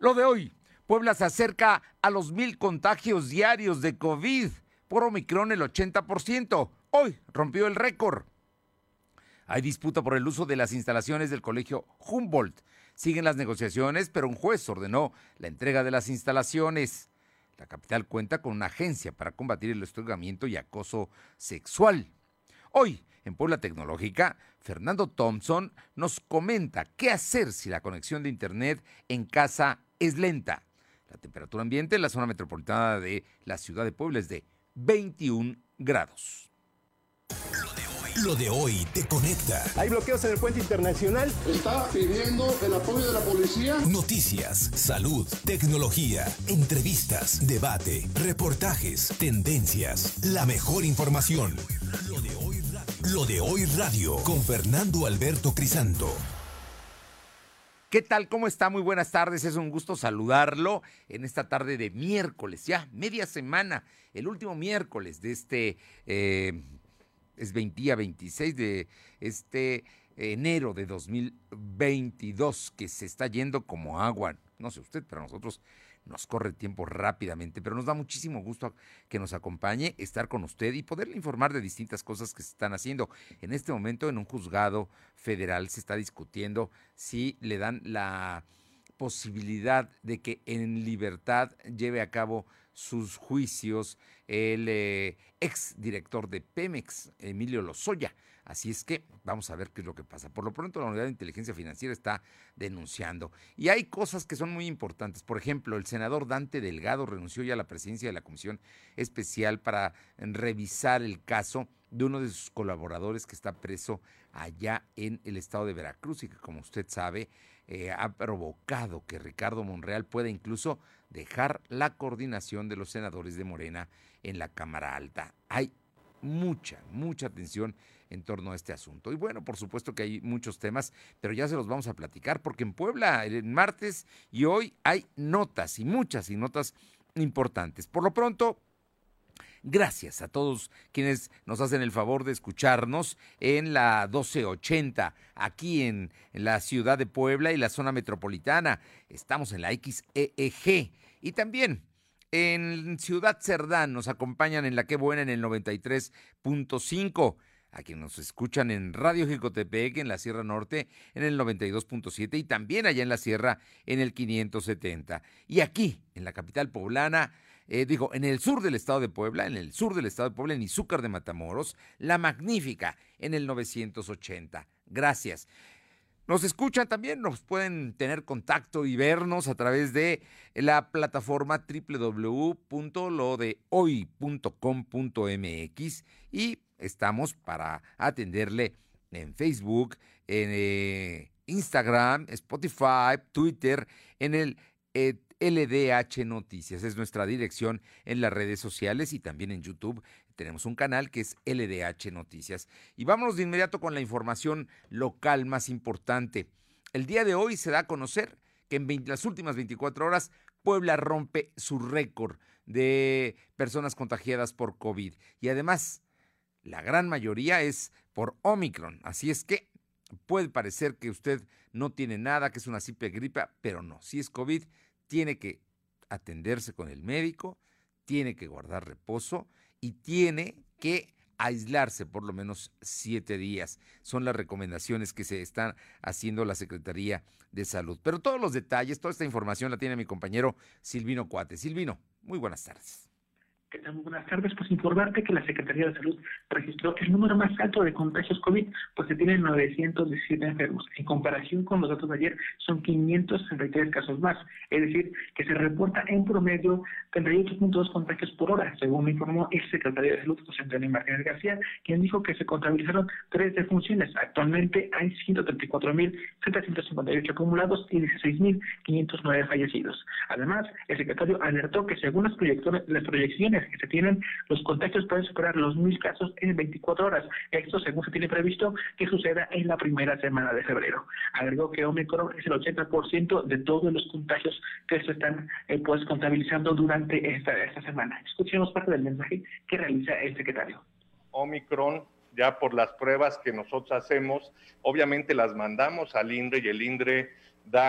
Lo de hoy, Puebla se acerca a los 1,000 contagios diarios de COVID. Por Omicron el 80%. Hoy rompió el récord. Hay disputa por el uso de las instalaciones del Colegio Humboldt. Siguen las negociaciones, pero un juez ordenó la entrega de las instalaciones. La capital cuenta con una agencia para combatir el hostigamiento y acoso sexual. Hoy, en Puebla Tecnológica, Fernando Thompson nos comenta qué hacer si la conexión de internet en casa es lenta. La temperatura ambiente en la zona metropolitana de la ciudad de Puebla es de 21 grados. Lo de hoy te conecta. Hay bloqueos en el puente internacional. Está pidiendo el apoyo de la policía. Noticias, salud, tecnología, entrevistas, debate, reportajes, tendencias, la mejor información. Lo de hoy radio con Fernando Alberto Crisanto. ¿Qué tal? ¿Cómo está? Muy buenas tardes. Es un gusto saludarlo en esta tarde de miércoles, ya media semana, el último miércoles de es día 26 de enero de 2022, que se está yendo como agua. No sé usted, pero a nosotros nos corre el tiempo rápidamente, pero nos da muchísimo gusto que nos acompañe, estar con usted y poderle informar de distintas cosas que se están haciendo. En este momento, en un juzgado federal se está discutiendo si le dan la posibilidad de que en libertad lleve a cabo sus juicios el ex director de Pemex, Emilio Lozoya. Así es que vamos a ver qué es lo que pasa. Por lo pronto, la Unidad de Inteligencia Financiera está denunciando. Y hay cosas que son muy importantes. Por ejemplo, el senador Dante Delgado renunció ya a la presidencia de la Comisión Especial para revisar el caso de uno de sus colaboradores que está preso allá en el estado de Veracruz y que, como usted sabe, ha provocado que Ricardo Monreal pueda incluso dejar la coordinación de los senadores de Morena en la Cámara Alta. Hay mucha atención en torno a este asunto. Y bueno, por supuesto que hay muchos temas, pero ya se los vamos a platicar porque en Puebla el martes y hoy hay notas y muchas notas importantes. Por lo pronto, gracias a todos quienes nos hacen el favor de escucharnos en la 1280, aquí en la ciudad de Puebla y la zona metropolitana. Estamos en la XEEG y también en Ciudad Cerdán nos acompañan en La Qué Buena en el 93.5. A quienes nos escuchan en Radio Jicotepec, en la Sierra Norte, en el 92.7 y también allá en la Sierra en el 570. Y aquí, en la capital poblana, en el sur del estado de Puebla, en Izúcar de Matamoros, La Magnífica, en el 980. Gracias. Nos escuchan también, nos pueden tener contacto y vernos a través de la plataforma www.lodehoy.com.mx y estamos para atenderle en Facebook, en Instagram, Spotify, Twitter, en el LDH Noticias. Es nuestra dirección en las redes sociales y también en YouTube. Tenemos un canal que es LDH Noticias. Y vámonos de inmediato con la información local más importante. El día de hoy se da a conocer que en las últimas 24 horas Puebla rompe su récord de personas contagiadas por COVID. Y además, la gran mayoría es por Omicron. Así es que puede parecer que usted no tiene nada, que es una simple gripa, pero no. Si es COVID, tiene que atenderse con el médico, tiene que guardar reposo y tiene que aislarse por lo menos 7 días. Son las recomendaciones que se están haciendo la Secretaría de Salud. Pero todos los detalles, toda esta información la tiene mi compañero Silvino Cuate. Silvino, muy buenas tardes. ¿Qué tal? Muy buenas tardes. Pues informarte que la Secretaría de Salud registró el número más alto de contagios COVID, pues se tienen 917 enfermos. En comparación con los datos de ayer, son 563 casos más. Es decir, que se reporta en promedio 38.2 contagios por hora, según informó el secretario de Salud, José Antonio Martínez García, quien dijo que se contabilizaron 3 defunciones. Actualmente hay 134.758 acumulados y 16.509 fallecidos. Además, el secretario alertó que según las proyecciones que se tienen, los contagios pueden superar los 1,000 casos en 24 horas. Esto según se tiene previsto que suceda en la primera semana de febrero. Agregó que Omicron es el 80% de todos los contagios que se están contabilizando durante esta semana. Escuchemos parte del mensaje que realiza el secretario. Omicron, ya por las pruebas que nosotros hacemos, obviamente las mandamos al INDRE y el INDRE da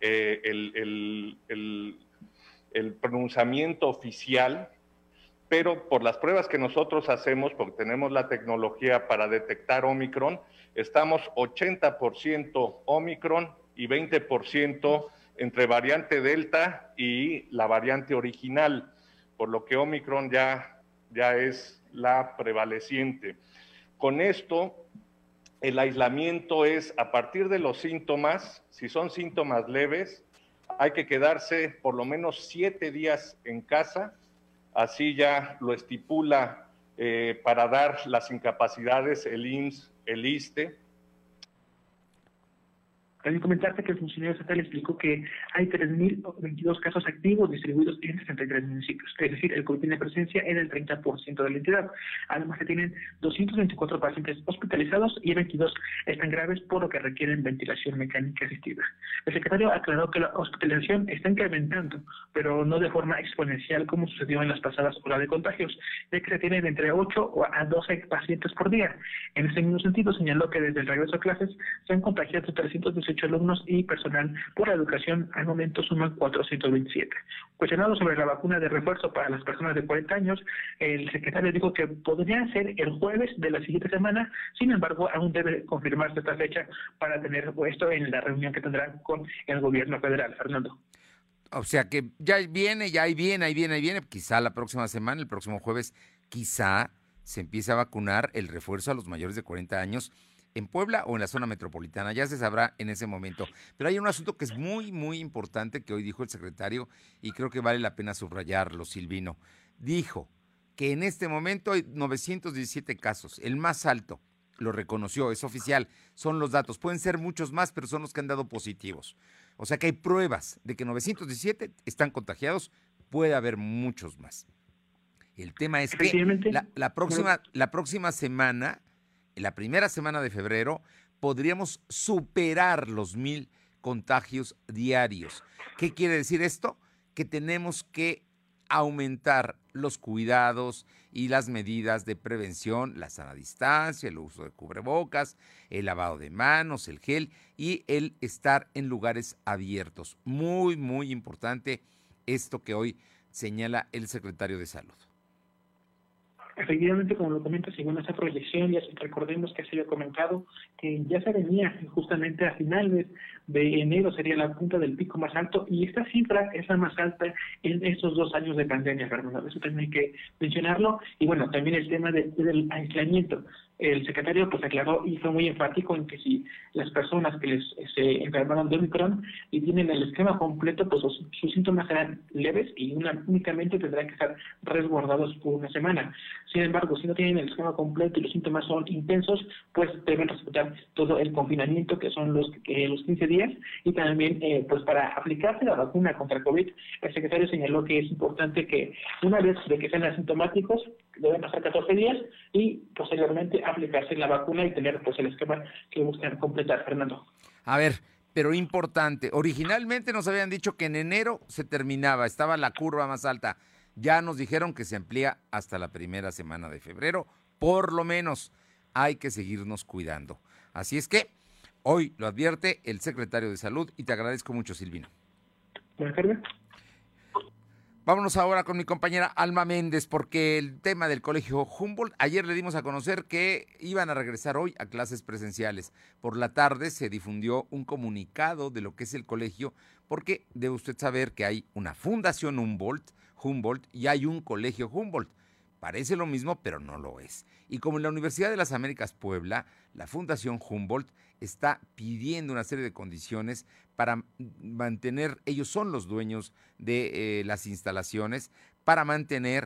el pronunciamiento oficial, pero por las pruebas que nosotros hacemos, porque tenemos la tecnología para detectar Omicron, estamos 80% Omicron y 20% entre variante Delta y la variante original, por lo que Omicron ya es la prevaleciente. Con esto, el aislamiento es a partir de los síntomas. Si son síntomas leves, hay que quedarse por lo menos 7 días en casa, así ya lo estipula para dar las incapacidades el IMSS, el ISSSTE. También comentarte que el funcionario estatal explicó que hay 3.022 casos activos distribuidos en 63 municipios, es decir, el COVID tiene presencia en el 30% de la entidad. Además, se tienen 224 pacientes hospitalizados y 22 están graves, por lo que requieren ventilación mecánica asistida. El secretario aclaró que la hospitalización está incrementando, pero no de forma exponencial como sucedió en las pasadas olas de contagios, ya que se tienen entre 8 a 12 pacientes por día. En ese mismo sentido, señaló que desde el regreso a clases se han contagiado 318 alumnos y personal por la educación. Al momento suman 427. Cuestionado sobre la vacuna de refuerzo para las personas de 40 años, el secretario dijo que podría ser el jueves de la siguiente semana. Sin embargo, aún debe confirmarse esta fecha para tener esto en la reunión que tendrán con el gobierno federal. Fernando. O sea que ya viene. Quizá la próxima semana, el próximo jueves, quizá se empiece a vacunar el refuerzo a los mayores de 40 años en Puebla o en la zona metropolitana, ya se sabrá en ese momento. Pero hay un asunto que es muy, muy importante que hoy dijo el secretario y creo que vale la pena subrayarlo, Silvino. Dijo que en este momento hay 917 casos, el más alto, lo reconoció, es oficial, son los datos, pueden ser muchos más, pero son los que han dado positivos. O sea que hay pruebas de que 917 están contagiados, puede haber muchos más. El tema es que la próxima semana, la primera semana de febrero, podríamos superar los 1,000 contagios diarios. ¿Qué quiere decir esto? Que tenemos que aumentar los cuidados y las medidas de prevención, la sana distancia, el uso de cubrebocas, el lavado de manos, el gel y el estar en lugares abiertos. Muy, muy importante esto que hoy señala el secretario de Salud. Efectivamente, como lo comenta, según esa proyección, ya recordemos que se había comentado que ya se venía justamente a finales de enero, sería la punta del pico más alto, y esta cifra es la más alta en estos 2 años de pandemia, Fernando. Eso también hay que mencionarlo. Y bueno, también el tema del aislamiento. El secretario pues aclaró y fue muy enfático en que si las personas que se enfermaron de Omicron y tienen el esquema completo, pues sus síntomas serán leves y únicamente tendrán que estar resguardados por 1 semana. Sin embargo, si no tienen el esquema completo y los síntomas son intensos, pues deben respetar todo el confinamiento, que son los 15 días, y también pues para aplicarse la vacuna contra COVID, el secretario señaló que es importante que una vez de que sean asintomáticos, deben pasar 14 días y posteriormente aplicarse la vacuna y tener pues el esquema que buscan completar, Fernando. A ver, pero importante, originalmente nos habían dicho que en enero se terminaba, estaba la curva más alta. Ya nos dijeron que se amplía hasta la primera semana de febrero, por lo menos hay que seguirnos cuidando. Así es que hoy lo advierte el secretario de Salud y te agradezco mucho, Silvino. Buenas tardes. Vámonos ahora con mi compañera Alma Méndez, porque el tema del colegio Humboldt, ayer le dimos a conocer que iban a regresar hoy a clases presenciales. Por la tarde se difundió un comunicado de lo que es el colegio, porque debe usted saber que hay una fundación Humboldt y hay un colegio Humboldt. Parece lo mismo, pero no lo es. Y como en la Universidad de las Américas Puebla, la Fundación Humboldt está pidiendo una serie de condiciones para mantener, ellos son los dueños de las instalaciones, para mantener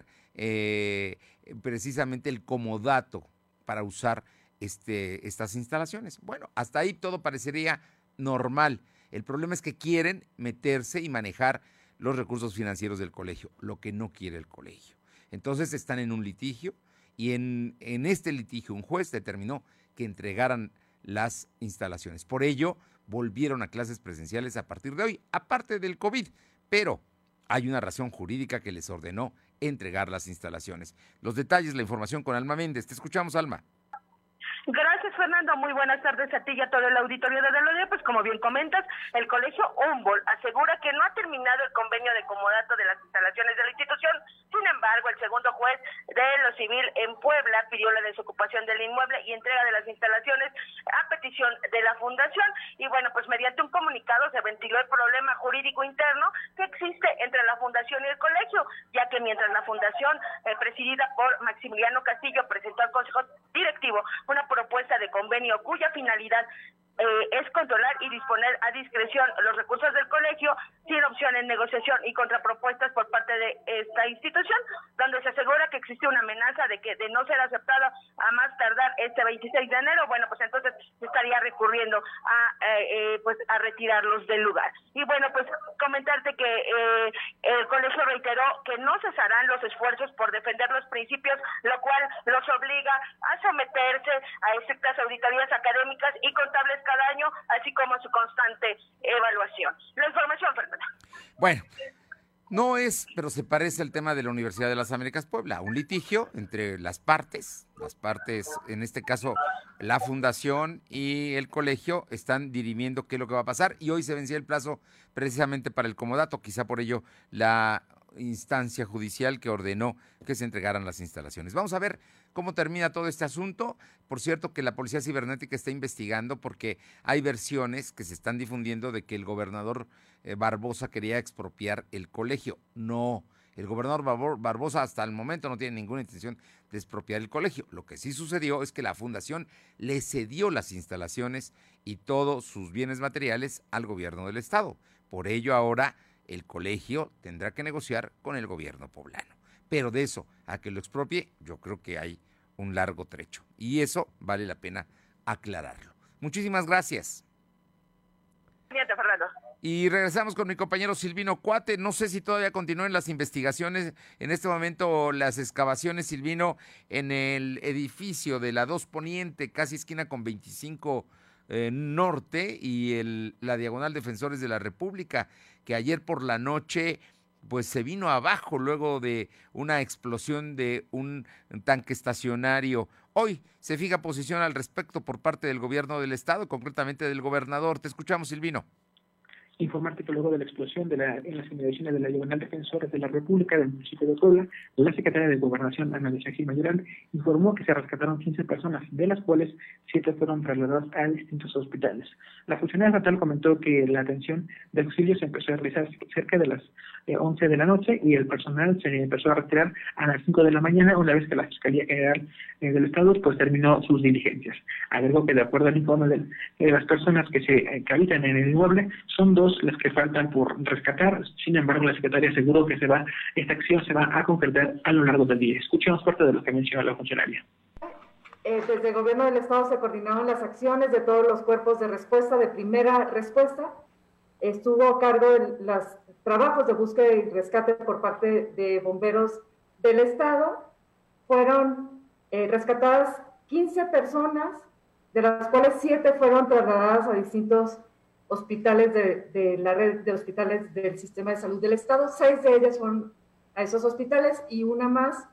precisamente el comodato para usar estas instalaciones. Bueno, hasta ahí todo parecería normal. El problema es que quieren meterse y manejar los recursos financieros del colegio, lo que no quiere el colegio. Entonces están en un litigio y en este litigio un juez determinó que entregaran las instalaciones. Por ello, volvieron a clases presenciales a partir de hoy, aparte del COVID, pero hay una razón jurídica que les ordenó entregar las instalaciones. Los detalles, la información con Alma Méndez. Te escuchamos, Alma. Gracias, Fernando. Muy buenas tardes a ti y a todo el auditorio de Delodea. Pues como bien comentas, el Colegio Humboldt asegura que no ha terminado el convenio de comodato de las instalaciones de la institución. Sin embargo, el segundo juez de lo civil en Puebla pidió la desocupación del inmueble y entrega de las instalaciones a petición de la fundación. Y bueno, pues mediante un comunicado se ventiló el problema jurídico interno que existe entre la fundación y el colegio, ya que mientras la fundación presidida por Maximiliano Castillo presentó al Consejo Directivo una propuesta de convenio cuya finalidad es controlar y disponer a discreción los recursos del colegio sin opción en negociación y contrapropuestas por parte de esta institución, donde se asegura que existe una amenaza de no ser aceptada a más tardar este 26 de enero. Bueno, pues entonces se estaría recurriendo a retirarlos del lugar. Y bueno, pues comentarte que el colegio reiteró que no cesarán los esfuerzos por defender los principios, lo cual los obliga a someterse a estrictas auditorías académicas y contables cada año, así como su constante evaluación. La información, Fernanda. Bueno, no es, pero se parece al tema de la Universidad de las Américas Puebla, un litigio entre las partes, en este caso la fundación y el colegio, están dirimiendo qué es lo que va a pasar y hoy se vencía el plazo precisamente para el comodato, quizá por ello la instancia judicial que ordenó que se entregaran las instalaciones. Vamos a ver cómo termina todo este asunto. Por cierto, que la Policía Cibernética está investigando porque hay versiones que se están difundiendo de que el gobernador Barbosa quería expropiar el colegio. No, el gobernador Barbosa hasta el momento no tiene ninguna intención de expropiar el colegio. Lo que sí sucedió es que la fundación le cedió las instalaciones y todos sus bienes materiales al gobierno del estado. Por ello ahora el colegio tendrá que negociar con el gobierno poblano. Pero de eso a que lo expropie, yo creo que hay un largo trecho. Y eso vale la pena aclararlo. Muchísimas gracias. Fíjate, Fernando. Y regresamos con mi compañero Silvino Cuate. No sé si todavía continúan las investigaciones. En este momento las excavaciones, Silvino, en el edificio de la 2 Poniente, casi esquina con 25 Norte y la Diagonal Defensores de la República, que ayer por la noche pues se vino abajo luego de una explosión de un tanque estacionario. Hoy se fija posición al respecto por parte del gobierno del estado, concretamente del gobernador. Te escuchamos, Silvino. Informarte que luego de la explosión en las inmediaciones de la Diagonal Defensores de la República del municipio de Puebla, la secretaria de Gobernación, Ana Luisa Gil Mayoral, informó que se rescataron 15 personas, de las cuales 7 fueron trasladadas a distintos hospitales. La funcionaria estatal comentó que la atención de auxilio se empezó a realizar cerca de las 11 de la noche y el personal se empezó a retirar a las 5 de la mañana, una vez que la Fiscalía General del Estado pues terminó sus diligencias. Agregó que de acuerdo al informe de las personas que habitan en el inmueble, son 2 las que faltan por rescatar. Sin embargo, la secretaria aseguró que esta acción se va a concretar a lo largo del día. Escuchemos parte de lo que mencionó la funcionaria. Desde el gobierno del estado se coordinaron las acciones de todos los cuerpos de respuesta, de primera respuesta. Estuvo a cargo de los trabajos de búsqueda y rescate por parte de bomberos del estado. Fueron rescatadas 15 personas, de las cuales 7 fueron trasladadas a distintos hospitales de la red de hospitales del sistema de salud del estado. 6 de ellas fueron a esos hospitales y una más,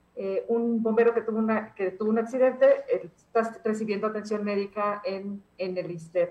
un bombero que tuvo un accidente, está recibiendo atención médica en el ISSSTE.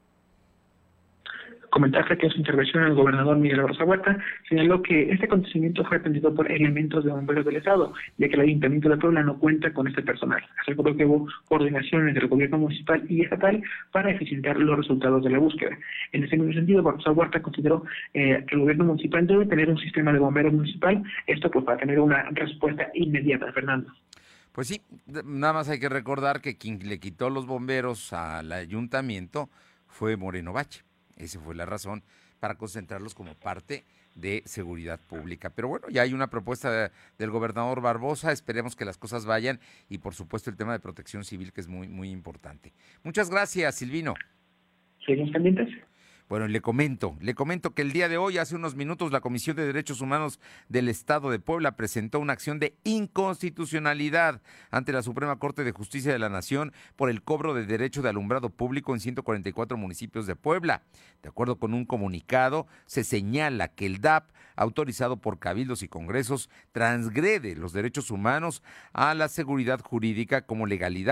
Comentarle que en su intervención el gobernador Miguel Barbosa Huerta señaló que este acontecimiento fue atendido por elementos de bomberos del estado, ya que el Ayuntamiento de Puebla no cuenta con este personal. Aseguró que hubo coordinación entre el gobierno municipal y estatal para eficientar los resultados de la búsqueda. En ese mismo sentido, Barbosa Huerta consideró que el gobierno municipal debe tener un sistema de bomberos municipal, esto pues para tener una respuesta inmediata. Fernando. Pues sí, nada más hay que recordar que quien le quitó los bomberos al ayuntamiento fue Moreno Bache. Esa fue la razón para concentrarlos como parte de seguridad pública. Pero bueno, ya hay una propuesta del gobernador Barbosa, esperemos que las cosas vayan y por supuesto el tema de protección civil que es muy, muy importante. Muchas gracias, Silvino. ¿Seguimos pendientes? Bueno, le comento que el día de hoy, hace unos minutos, la Comisión de Derechos Humanos del Estado de Puebla presentó una acción de inconstitucionalidad ante la Suprema Corte de Justicia de la Nación por el cobro de derecho de alumbrado público en 144 municipios de Puebla. De acuerdo con un comunicado, se señala que el DAP, autorizado por cabildos y congresos, transgrede los derechos humanos a la seguridad jurídica como legalidad,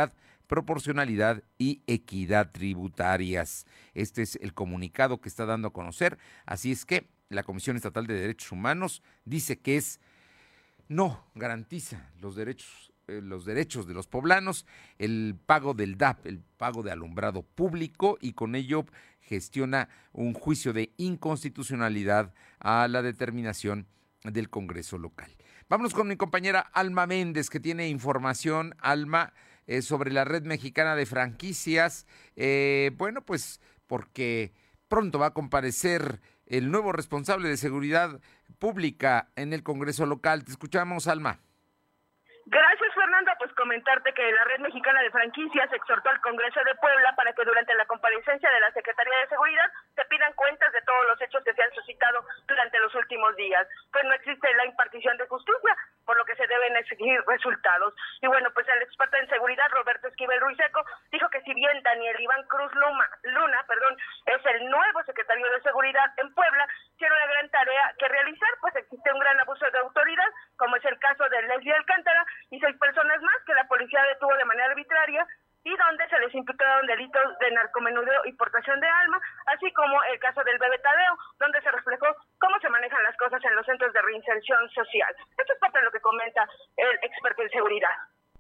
proporcionalidad y equidad tributarias. Este es el comunicado que está dando a conocer. Así es que la Comisión Estatal de Derechos Humanos dice que no garantiza los derechos de los poblanos, el pago del DAP, el pago de alumbrado público, y con ello gestiona un juicio de inconstitucionalidad a la determinación del Congreso local. Vámonos con mi compañera Alma Méndez, que tiene información, Alma, sobre la Red Mexicana de Franquicias. Bueno, pues porque pronto va a comparecer el nuevo responsable de seguridad pública en el Congreso local. Te escuchamos, Alma. Gracias, Fernando. Pues comentarte que la Red Mexicana de Franquicias exhortó al Congreso de Puebla para que durante la comparecencia de la Secretaría de Seguridad se pidan cuentas de todos los hechos que se han suscitado durante los últimos días. Pues no existe la impartición de justicia, por lo que se deben exigir resultados. Y bueno, pues el experto en seguridad, Roberto Esquivel Ruiseco, dijo que si bien Daniel Iván Cruz Luna, es el nuevo secretario de Seguridad en Puebla, tiene una gran tarea que realizar, pues existe un gran abuso de autoridad, como es el caso de Leslie Alcántara y 6 personas más que la policía detuvo de manera arbitraria y donde se les imputaron delitos de narcomenudeo y portación de arma, así como el caso del bebé Tadeo, donde se reflejó cómo se manejan las cosas en los centros de reinserción social. Esto es parte de lo que comenta el experto en seguridad.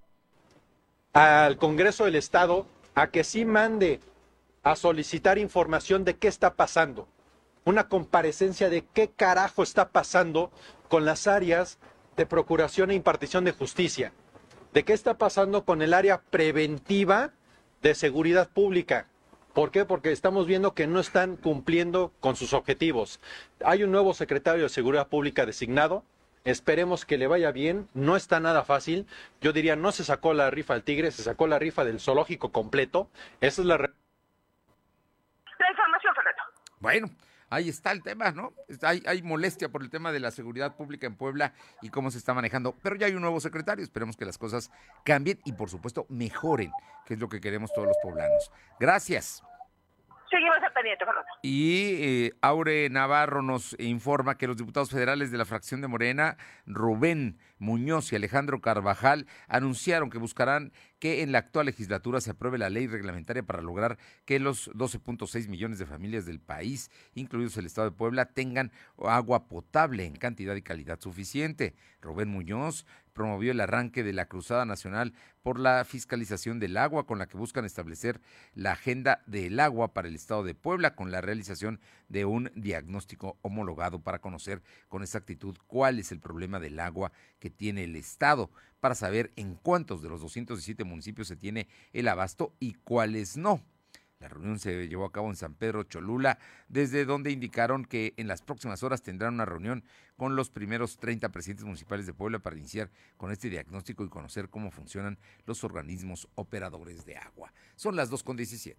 Al Congreso del Estado a que sí mande a solicitar información de qué está pasando, una comparecencia de qué carajo está pasando con las áreas de procuración e impartición de justicia, de qué está pasando con el área preventiva de seguridad pública. ¿Por qué? Porque estamos viendo que no están cumpliendo con sus objetivos. Hay un nuevo secretario de Seguridad Pública designado, esperemos que le vaya bien, no está nada fácil. Yo diría, no se sacó la rifa del tigre, se sacó la rifa del zoológico completo. Esa es la información, Fernando. Bueno, ahí está el tema, ¿no? Hay molestia por el tema de la seguridad pública en Puebla y cómo se está manejando, pero ya hay un nuevo secretario, esperemos que las cosas cambien y por supuesto mejoren, que es lo que queremos todos los poblanos. Gracias. Seguimos al pendiente, Fernando. Y Aure Navarro nos informa que los diputados federales de la fracción de Morena, Rubén Muñoz y Alejandro Carvajal, anunciaron que buscarán que en la actual legislatura se apruebe la ley reglamentaria para lograr que los 12.6 millones de familias del país, incluidos el estado de Puebla, tengan agua potable en cantidad y calidad suficiente. Rubén Muñoz promovió el arranque de la Cruzada Nacional por la Fiscalización del Agua, con la que buscan establecer la agenda del agua para el estado de Puebla, con la realización de un diagnóstico homologado para conocer con exactitud cuál es el problema del agua que tiene el estado, para saber en cuántos de los 217 municipios se tiene el abasto y cuáles no. La reunión se llevó a cabo en San Pedro Cholula, desde donde indicaron que en las próximas horas tendrán una reunión con los primeros 30 presidentes municipales de Puebla para iniciar con este diagnóstico y conocer cómo funcionan los organismos operadores de agua. Son las 2:17.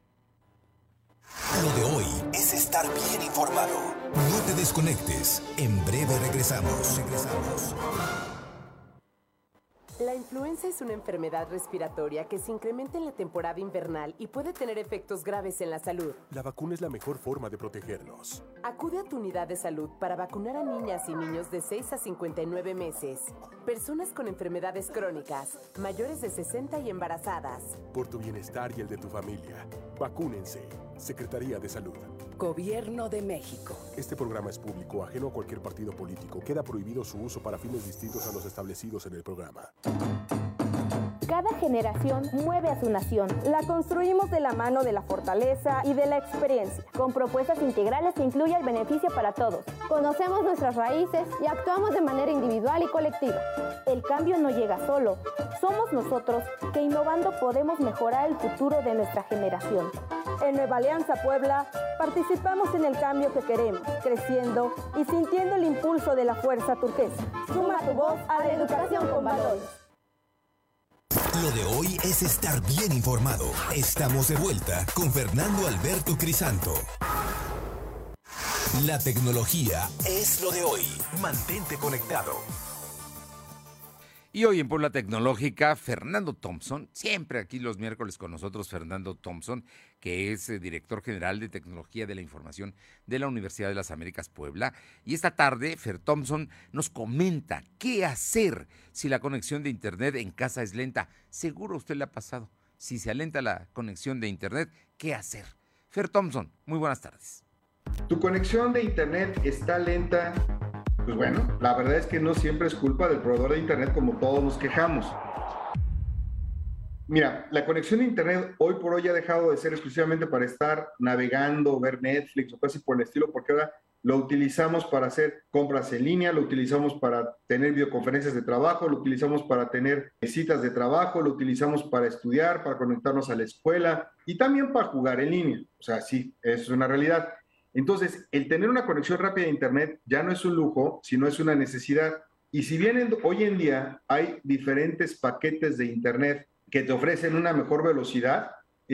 Lo de hoy es estar bien informado. No te desconectes. En breve regresamos. La influenza es una enfermedad respiratoria que se incrementa en la temporada invernal y puede tener efectos graves en la salud. La vacuna es la mejor forma de protegernos. Acude a tu unidad de salud para vacunar a niñas y niños de 6 a 59 meses, personas con enfermedades crónicas, mayores de 60 y embarazadas. Por tu bienestar y el de tu familia, vacúnense. Secretaría de Salud. Gobierno de México. Este programa es público, ajeno a cualquier partido político. Queda prohibido su uso para fines distintos a los establecidos en el programa. Cada generación mueve a su nación. La construimos de la mano de la fortaleza y de la experiencia, con propuestas integrales que incluyan el beneficio para todos. Conocemos nuestras raíces y actuamos de manera individual y colectiva. El cambio no llega solo. Somos nosotros que innovando podemos mejorar el futuro de nuestra generación. En Nueva Alianza Puebla participamos en el cambio que queremos, creciendo y sintiendo el impulso de la fuerza turquesa. Suma tu voz a la educación con valores. Lo de hoy es estar bien informado. Estamos de vuelta con Fernando Alberto Crisanto. La tecnología es lo de hoy. Mantente conectado. Y hoy en Puebla Tecnológica, Fernando Thompson, siempre aquí los miércoles con nosotros, Fernando Thompson, que es director general de Tecnología de la Información de la Universidad de las Américas Puebla. Y esta tarde, Fer Thompson nos comenta qué hacer si la conexión de internet en casa es lenta. Seguro a usted le ha pasado. si se alenta la conexión de internet, ¿qué hacer? Fer Thompson, muy buenas tardes. Tu conexión de internet está lenta. Pues bueno, la verdad es que no siempre es culpa del proveedor de internet, como todos nos quejamos. Mira, la conexión de internet hoy por hoy ha dejado de ser exclusivamente para estar navegando, ver Netflix o casi por el estilo, porque ahora lo utilizamos para hacer compras en línea, lo utilizamos para tener videoconferencias de trabajo, lo utilizamos para tener citas de trabajo, lo utilizamos para estudiar, para conectarnos a la escuela y también para jugar en línea. O sea, sí, eso es una realidad. Entonces, el tener una conexión rápida a internet ya no es un lujo, sino es una necesidad. Y si bien hoy en día hay diferentes paquetes de internet que te ofrecen una mejor velocidad,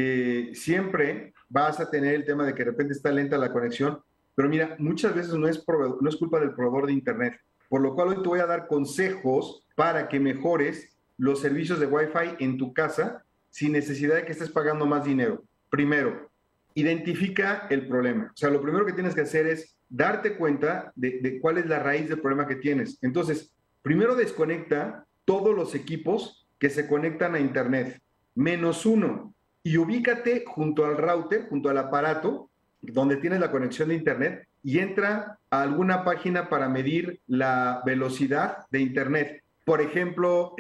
siempre vas a tener el tema de que de repente está lenta la conexión. Pero mira, muchas veces no es culpa del proveedor de internet, por lo cual hoy te voy a dar consejos para que mejores los servicios de Wi-Fi en tu casa sin necesidad de que estés pagando más dinero. Primero, identifica el problema. O sea, lo primero que tienes que hacer es darte cuenta de cuál es la raíz del problema que tienes. Entonces, primero desconecta todos los equipos que se conectan a internet, -1, y ubícate junto al router, junto al aparato donde tienes la conexión de internet, y entra a alguna página para medir la velocidad de internet. Por ejemplo,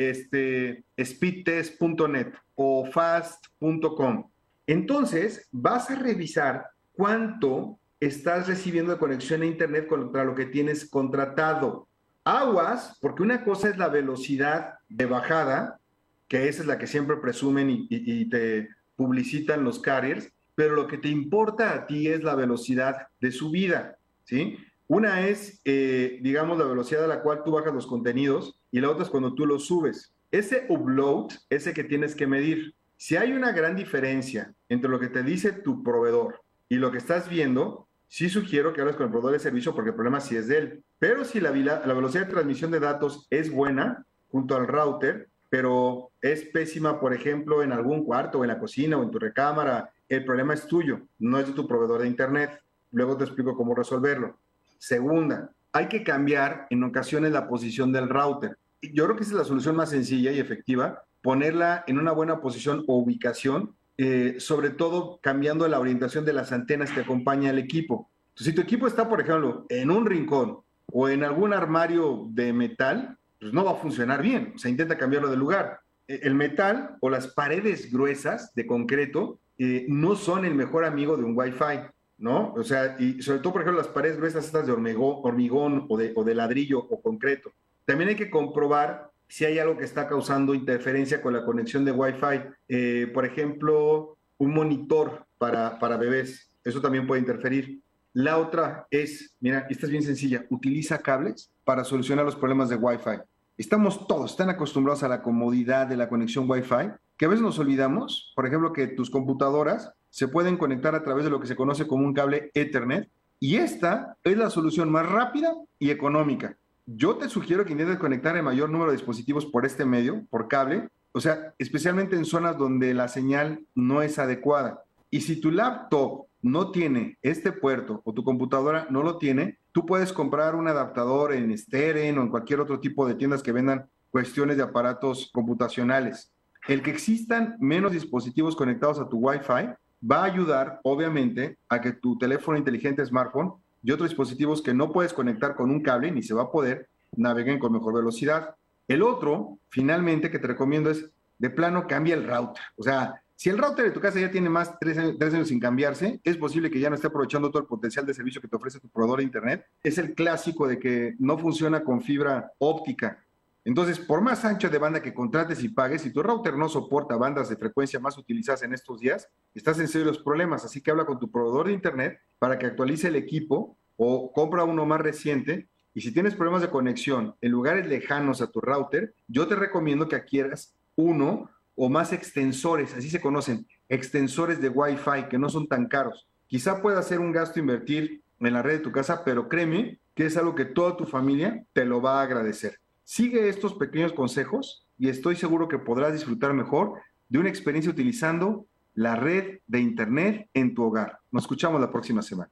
speedtest.net o fast.com. Entonces, vas a revisar cuánto estás recibiendo de conexión a internet contra lo que tienes contratado. Aguas, porque una cosa es la velocidad de bajada, que esa es la que siempre presumen y te publicitan los carriers, pero lo que te importa a ti es la velocidad de subida, ¿sí? Una es, digamos, la velocidad a la cual tú bajas los contenidos, y la otra es cuando tú los subes. Ese upload, ese que tienes que medir. Si hay una gran diferencia entre lo que te dice tu proveedor y lo que estás viendo, sí sugiero que hables con el proveedor de servicio, porque el problema sí es de él. Pero si la velocidad de transmisión de datos es buena junto al router, pero es pésima, por ejemplo, en algún cuarto, o en la cocina, o en tu recámara, el problema es tuyo, no es de tu proveedor de internet. Luego te explico cómo resolverlo. Segunda, hay que cambiar en ocasiones la posición del router. Yo creo que esa es la solución más sencilla y efectiva, ponerla en una buena posición o ubicación, sobre todo cambiando la orientación de las antenas que acompaña al equipo. Entonces, si tu equipo está, por ejemplo, en un rincón o en algún armario de metal, pues no va a funcionar bien. O sea, intenta cambiarlo de lugar. El metal o las paredes gruesas de concreto no son el mejor amigo de un Wi-Fi, ¿no? O sea, y sobre todo, por ejemplo, las paredes gruesas estas de hormigón o de ladrillo o concreto. También hay que comprobar si hay algo que está causando interferencia con la conexión de Wi-Fi. Por ejemplo, un monitor para bebés. Eso también puede interferir. La otra es, mira, esta es bien sencilla, utiliza cables para solucionar los problemas de Wi-Fi. Estamos todos tan acostumbrados a la comodidad de la conexión Wi-Fi que a veces nos olvidamos, por ejemplo, que tus computadoras se pueden conectar a través de lo que se conoce como un cable Ethernet, y esta es la solución más rápida y económica. Yo te sugiero que intentes conectar el mayor número de dispositivos por este medio, por cable, o sea, especialmente en zonas donde la señal no es adecuada. Y si tu laptop no tiene este puerto o tu computadora no lo tiene, tú puedes comprar un adaptador en Steren o en cualquier otro tipo de tiendas que vendan cuestiones de aparatos computacionales. El que existan menos dispositivos conectados a tu Wi-Fi va a ayudar, obviamente, a que tu teléfono inteligente, smartphone y otros dispositivos que no puedes conectar con un cable, ni se va a poder, naveguen con mejor velocidad. El otro, finalmente, que te recomiendo es, de plano, cambia el router. O sea, si el router de tu casa ya tiene más de 3 años sin cambiarse, es posible que ya no esté aprovechando todo el potencial de servicio que te ofrece tu proveedor de internet. Es el clásico de que no funciona con fibra óptica. Entonces, por más ancho de banda que contrates y pagues, si tu router no soporta bandas de frecuencia más utilizadas en estos días, estás en serios problemas. Así que habla con tu proveedor de internet para que actualice el equipo o compra uno más reciente. Y si tienes problemas de conexión en lugares lejanos a tu router, yo te recomiendo que adquieras uno o más extensores, así se conocen, extensores de Wi-Fi que no son tan caros. Quizá pueda ser un gasto invertir en la red de tu casa, pero créeme que es algo que toda tu familia te lo va a agradecer. Sigue estos pequeños consejos y estoy seguro que podrás disfrutar mejor de una experiencia utilizando la red de internet en tu hogar. Nos escuchamos la próxima semana.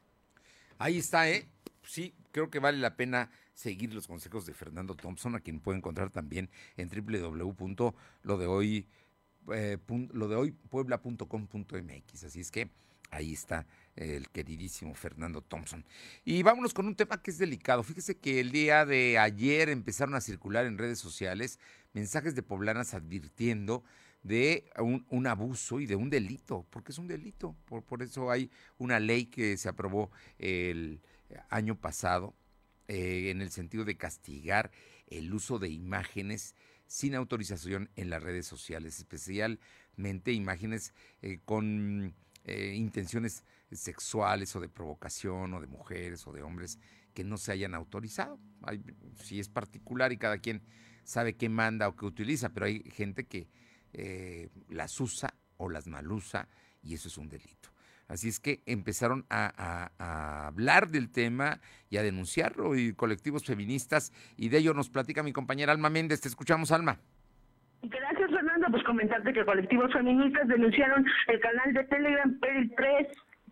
Ahí está, ¿eh? Sí, creo que vale la pena seguir los consejos de Fernando Thompson, a quien puede encontrar también en www.lodehoy.com lo de hoy, puebla.com.mx. Así es que ahí está el queridísimo Fernando Thompson. Y vámonos con un tema que es delicado. Fíjese que el día de ayer empezaron a circular en redes sociales mensajes de poblanas advirtiendo de un abuso y de un delito, porque es un delito. Por eso hay una ley que se aprobó el año pasado en el sentido de castigar el uso de imágenes sin autorización en las redes sociales, especialmente imágenes con intenciones sexuales o de provocación o de mujeres o de hombres que no se hayan autorizado. Si es particular y cada quien sabe qué manda o qué utiliza, pero hay gente que las usa o las malusa y eso es un delito. Así es que empezaron a hablar del tema y a denunciarlo y colectivos feministas, y de ello nos platica mi compañera Alma Méndez. Te escuchamos, Alma. Gracias, Fernando. Pues comentarte que colectivos feministas denunciaron el canal de Telegram P3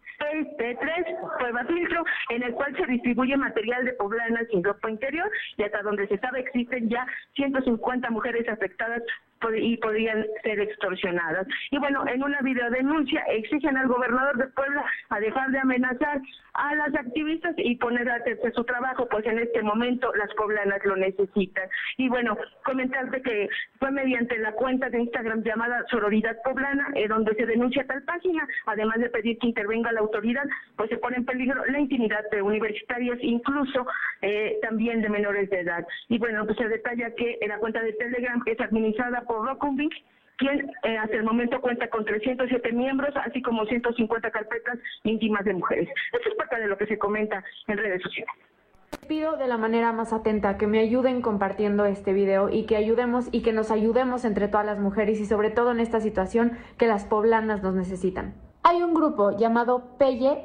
Prueba Filtro, en el cual se distribuye material de poblanas sin ropa interior, y hasta donde se sabe existen ya 150 mujeres afectadas y podrían ser extorsionadas. Y bueno, en una videodenuncia exigen al gobernador de Puebla a dejar de amenazar a las activistas y poner a hacer su trabajo, pues en este momento las poblanas lo necesitan. Y bueno, comentarte que fue mediante la cuenta de Instagram llamada Sororidad Poblana, donde se denuncia tal página, además de pedir que intervenga la autoridad, pues se pone en peligro la intimidad de universitarias, incluso también de menores de edad. Y bueno, pues se detalla que la cuenta de Telegram es administrada por Rockumbing, quien hasta el momento cuenta con 307 miembros, así como 150 carpetas íntimas de mujeres. Esto es parte de lo que se comenta en redes sociales. Pido de la manera más atenta que me ayuden compartiendo este video y que ayudemos y que nos ayudemos entre todas las mujeres y sobre todo en esta situación que las poblanas nos necesitan. Hay un grupo llamado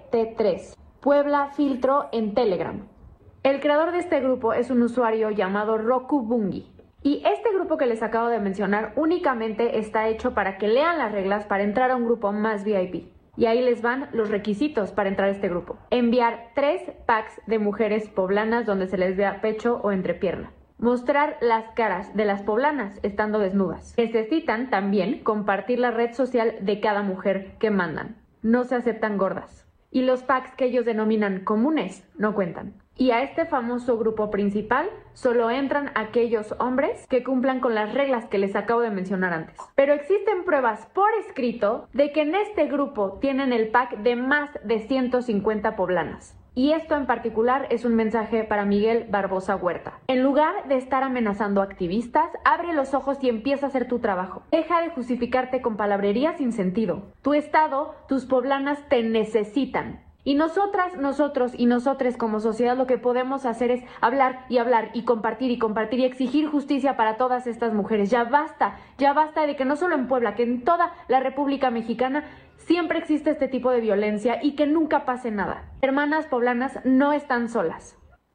PLT3, Puebla Filtro, en Telegram. El creador de este grupo es un usuario llamado Rockumbing. Y este grupo que les acabo de mencionar únicamente está hecho para que lean las reglas para entrar a un grupo más VIP. Y ahí les van los requisitos para entrar a este grupo. Enviar 3 packs de mujeres poblanas donde se les vea pecho o entrepierna. Mostrar las caras de las poblanas estando desnudas. Necesitan también compartir la red social de cada mujer que mandan. No se aceptan gordas. Y los packs que ellos denominan comunes no cuentan. Y a este famoso grupo principal solo entran aquellos hombres que cumplan con las reglas que les acabo de mencionar antes. Pero existen pruebas por escrito de que en este grupo tienen el pack de más de 150 poblanas. Y esto en particular es un mensaje para Miguel Barbosa Huerta. En lugar de estar amenazando activistas, abre los ojos y empieza a hacer tu trabajo. Deja de justificarte con palabrería sin sentido. Tu estado, tus poblanas te necesitan. Y nosotras, nosotros y nosotres como sociedad lo que podemos hacer es hablar y compartir y exigir justicia para todas estas mujeres. Ya basta de que no solo en Puebla, que en toda la República Mexicana siempre existe este tipo de violencia y que nunca pase nada. Hermanas poblanas no están solas.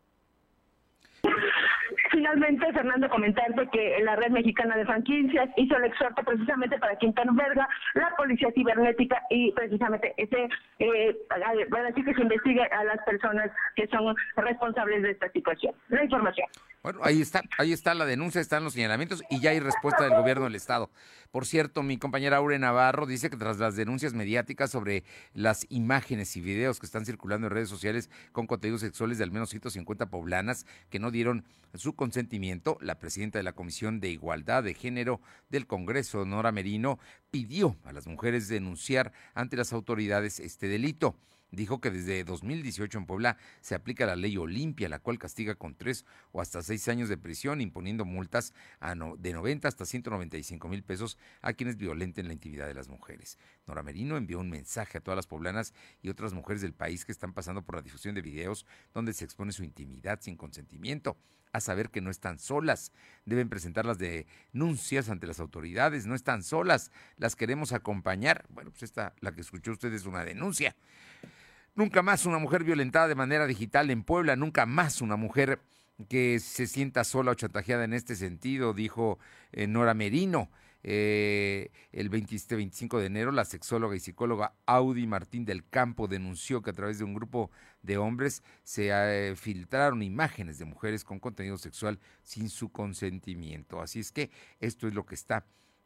Finalmente, Fernando, comentarte que la Red Mexicana de Franquicias hizo el exhorto precisamente para que intervenga la policía cibernética y precisamente para decir que se investigue a las personas que son responsables de esta situación. La información. Bueno, ahí está la denuncia, están los señalamientos y ya hay respuesta del gobierno del estado. Por cierto, mi compañera Aure Navarro dice que tras las denuncias mediáticas sobre las imágenes y videos que están circulando en redes sociales con contenidos sexuales de al menos 150 poblanas que no dieron su consentimiento, la presidenta de la Comisión de Igualdad de Género del Congreso, Nora Merino, pidió a las mujeres denunciar ante las autoridades este delito. Dijo que desde 2018 en Puebla se aplica la ley Olimpia, la cual castiga con 3 o hasta 6 años de prisión, imponiendo multas de 90 hasta 195 mil pesos a quienes violenten la intimidad de las mujeres. Nora Merino envió un mensaje a todas las poblanas y otras mujeres del país que están pasando por la difusión de videos donde se expone su intimidad sin consentimiento, a saber que no están solas, deben presentar las denuncias ante las autoridades, no están solas, las queremos acompañar. Bueno, pues la que escuchó usted es una denuncia. Nunca más una mujer violentada de manera digital en Puebla, nunca más una mujer que se sienta sola o chantajeada en este sentido, dijo Nora Merino. El 25 de enero, la sexóloga y psicóloga Audi Martín del Campo denunció que a través de un grupo de hombres se filtraron imágenes de mujeres con contenido sexual sin su consentimiento. Así es que esto es lo que está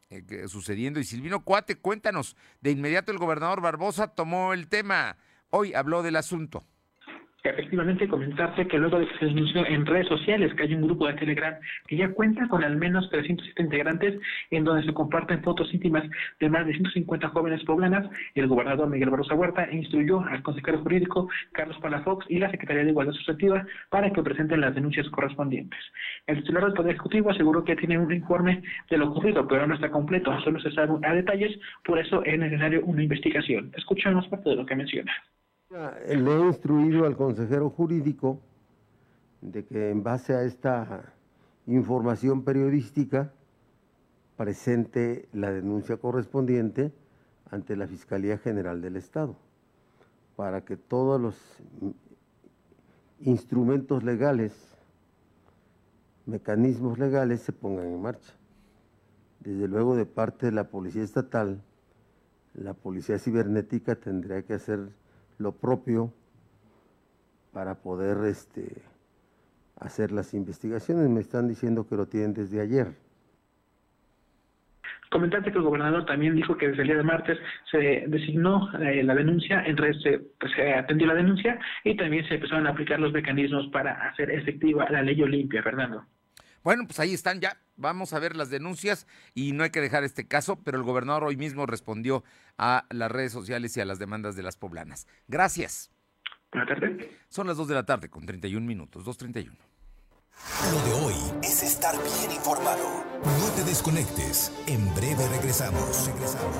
sucediendo. Y Silvino Cuate, cuéntanos, de inmediato el gobernador Barbosa tomó el tema, hoy habló del asunto. Efectivamente, comentarte que luego de que se denunció en redes sociales que hay un grupo de Telegram que ya cuenta con al menos 307 integrantes en donde se comparten fotos íntimas de más de 150 jóvenes poblanas, el gobernador Miguel Barbosa Huerta instruyó al consejero jurídico Carlos Palafox y la Secretaría de Igualdad Sustantiva para que presenten las denuncias correspondientes. El titular del Poder Ejecutivo aseguró que tiene un informe de lo ocurrido, pero no está completo, solo se sabe a detalles, por eso es necesario una investigación. Escuchamos parte de lo que menciona. Le he instruido al consejero jurídico de que en base a esta información periodística presente la denuncia correspondiente ante la Fiscalía General del Estado, para que todos los instrumentos legales, mecanismos legales se pongan en marcha. Desde luego, de parte de la Policía Estatal, la Policía Cibernética tendría que hacer lo propio para poder hacer las investigaciones. Me están diciendo que lo tienen desde ayer. Comentarte que el gobernador también dijo que desde el día de martes se designó la denuncia, se atendió la denuncia y también se empezaron a aplicar los mecanismos para hacer efectiva la ley Olimpia, Fernando. Bueno, pues ahí están ya, vamos a ver las denuncias y no hay que dejar este caso, pero el gobernador hoy mismo respondió a las redes sociales y a las demandas de las poblanas. Gracias. Buenas tardes. Son las 2 de la tarde con 31 minutos, 2:31. Lo de hoy es estar bien informado. No te desconectes, en breve regresamos.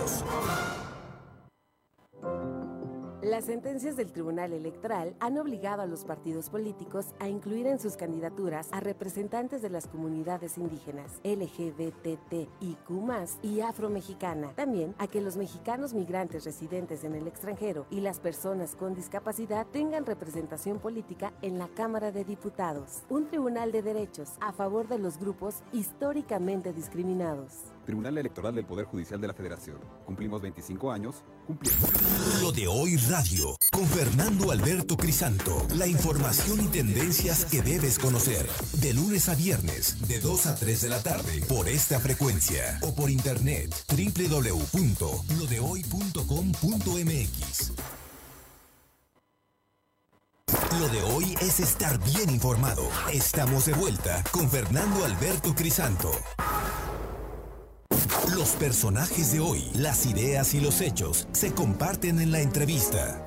Las sentencias del Tribunal Electoral han obligado a los partidos políticos a incluir en sus candidaturas a representantes de las comunidades indígenas, LGBTIQ+, y afromexicana. También a que los mexicanos migrantes residentes en el extranjero y las personas con discapacidad tengan representación política en la Cámara de Diputados. Un tribunal de derechos a favor de los grupos históricamente discriminados. Tribunal Electoral del Poder Judicial de la Federación. Cumplimos 25 años, cumplimos. Lo de hoy radio, con Fernando Alberto Crisanto. La información y tendencias que debes conocer. De lunes a viernes, de 2 a 3 de la tarde, por esta frecuencia. O por internet, www.lodehoy.com.mx. Lo de hoy es estar bien informado. Estamos de vuelta con Fernando Alberto Crisanto. Los personajes de hoy, las ideas y los hechos se comparten en la entrevista.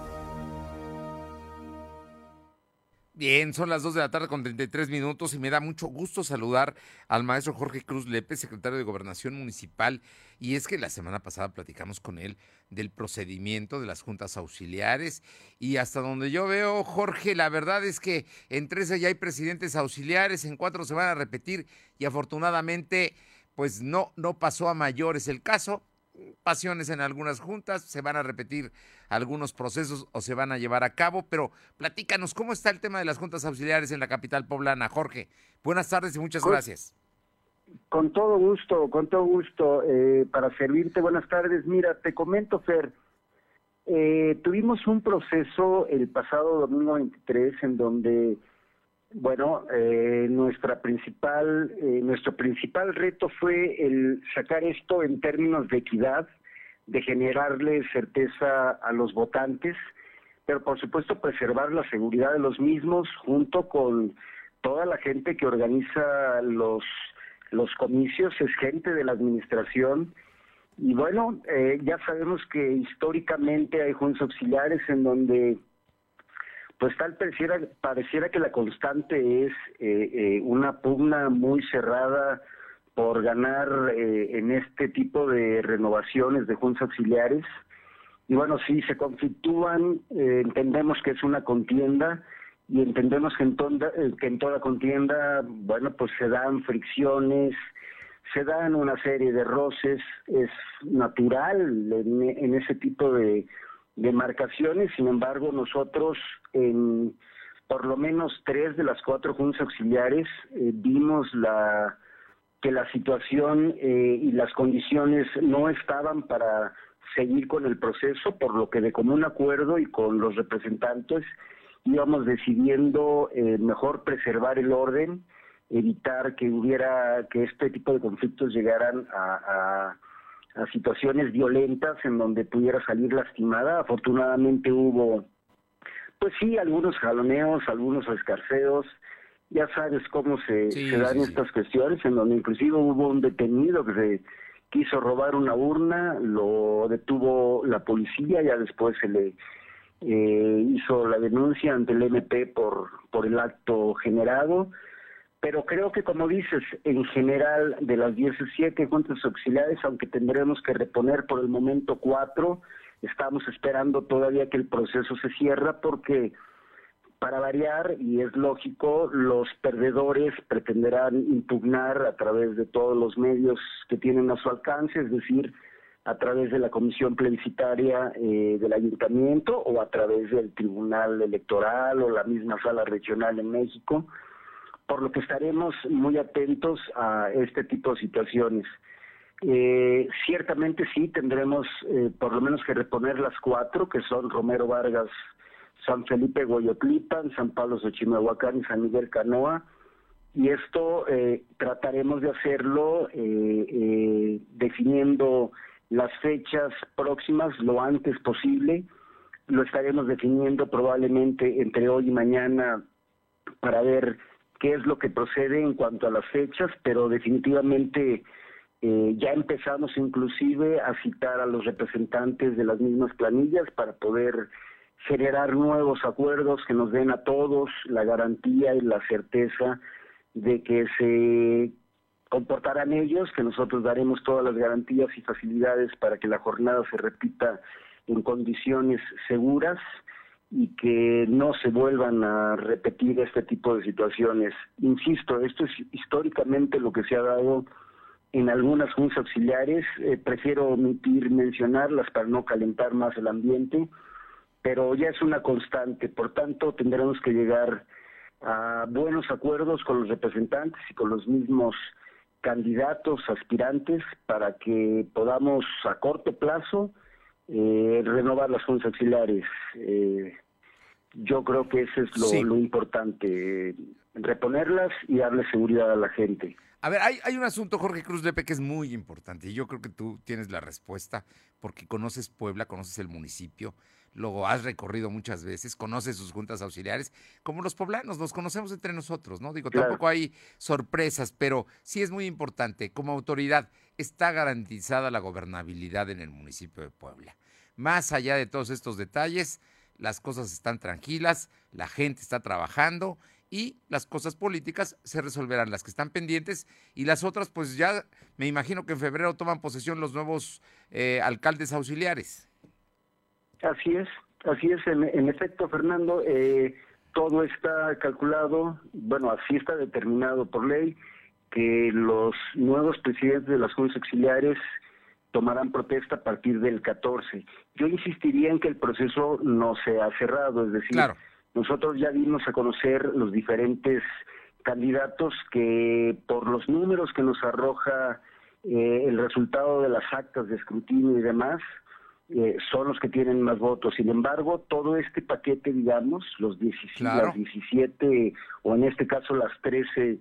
Bien, son las 2 de la tarde con 33 minutos y me da mucho gusto saludar al maestro Jorge Cruz Lepe, secretario de Gobernación Municipal. Y es que la semana pasada platicamos con él del procedimiento de las juntas auxiliares y hasta donde yo veo, Jorge, la verdad es que en 13 ya hay presidentes auxiliares, en 4 se van a repetir y afortunadamente pues no pasó a mayores el caso. Pasiones en algunas juntas, se van a repetir algunos procesos o se van a llevar a cabo, pero platícanos, ¿cómo está el tema de las juntas auxiliares en la capital poblana? Jorge, buenas tardes y muchas gracias. Con todo gusto, para servirte, buenas tardes. Mira, te comento, Fer, tuvimos un proceso el pasado domingo 23 en donde nuestro principal reto fue el sacar esto en términos de equidad, de generarle certeza a los votantes, pero por supuesto preservar la seguridad de los mismos junto con toda la gente que organiza los comicios, es gente de la administración. Y ya sabemos que históricamente hay juntas auxiliares en donde pues pareciera que la constante es una pugna muy cerrada por ganar en este tipo de renovaciones de juntas auxiliares. Y si se conflictúan, entendemos que es una contienda y entendemos que en toda contienda, pues se dan fricciones, se dan una serie de roces, es natural en ese tipo de marcaciones. Sin embargo, nosotros en por lo menos 3 de las 4 juntas auxiliares vimos que la situación y las condiciones no estaban para seguir con el proceso, por lo que de común acuerdo y con los representantes íbamos decidiendo mejor preservar el orden evitar que este tipo de conflictos llegaran a situaciones violentas en donde pudiera salir lastimada. Afortunadamente hubo, pues sí, algunos jaloneos, algunos escarceos. Ya sabes cómo se dan estas cuestiones, en donde inclusive hubo un detenido que se quiso robar una urna, lo detuvo la policía, ya después se le hizo la denuncia ante el MP por el acto generado. Pero creo que, como dices, en general de las 17 juntas auxiliares, aunque tendremos que reponer por el momento 4, estamos esperando todavía que el proceso se cierre, porque para variar, y es lógico, los perdedores pretenderán impugnar a través de todos los medios que tienen a su alcance, es decir, a través de la comisión plebiscitaria del ayuntamiento o a través del tribunal electoral o la misma sala regional en México, por lo que estaremos muy atentos a este tipo de situaciones. Ciertamente sí, tendremos por lo menos que reponer las 4, que son Romero Vargas, San Felipe Goyotlipan, San Pablo Xochimehuacán y San Miguel Canoa, y esto trataremos de hacerlo definiendo las fechas próximas lo antes posible. Lo estaremos definiendo probablemente entre hoy y mañana para ver qué es lo que procede en cuanto a las fechas, pero definitivamente ya empezamos inclusive a citar a los representantes de las mismas planillas para poder generar nuevos acuerdos que nos den a todos la garantía y la certeza de que se comportarán ellos, que nosotros daremos todas las garantías y facilidades para que la jornada se repita en condiciones seguras y que no se vuelvan a repetir este tipo de situaciones. Insisto, esto es históricamente lo que se ha dado en algunas juntas auxiliares, prefiero omitir mencionarlas para no calentar más el ambiente, pero ya es una constante, por tanto tendremos que llegar a buenos acuerdos con los representantes y con los mismos candidatos, aspirantes, para que podamos a corto plazo renovar las juntas auxiliares. Yo creo que eso es lo importante, reponerlas y darle seguridad a la gente. A ver, hay un asunto, Jorge Cruz Lepe, que es muy importante y yo creo que tú tienes la respuesta porque conoces Puebla, conoces el municipio, lo has recorrido muchas veces, conoces sus juntas auxiliares, como los poblanos, nos conocemos entre nosotros, ¿no? Digo, Claro. Tampoco hay sorpresas, pero sí es muy importante, como autoridad, está garantizada la gobernabilidad en el municipio de Puebla. Más allá de todos estos detalles, las cosas están tranquilas, la gente está trabajando y las cosas políticas se resolverán, las que están pendientes y las otras, pues ya me imagino que en febrero toman posesión los nuevos alcaldes auxiliares. Así es, en efecto, Fernando, todo está calculado, bueno, así está determinado por ley, que los nuevos presidentes de las juntas auxiliares tomarán protesta a partir del 14. Yo insistiría en que el proceso no se ha cerrado, es decir, claro, nosotros ya dimos a conocer los diferentes candidatos que por los números que nos arroja el resultado de las actas de escrutinio y demás, son los que tienen más votos. Sin embargo, todo este paquete, digamos, las 17, o en este caso las 13,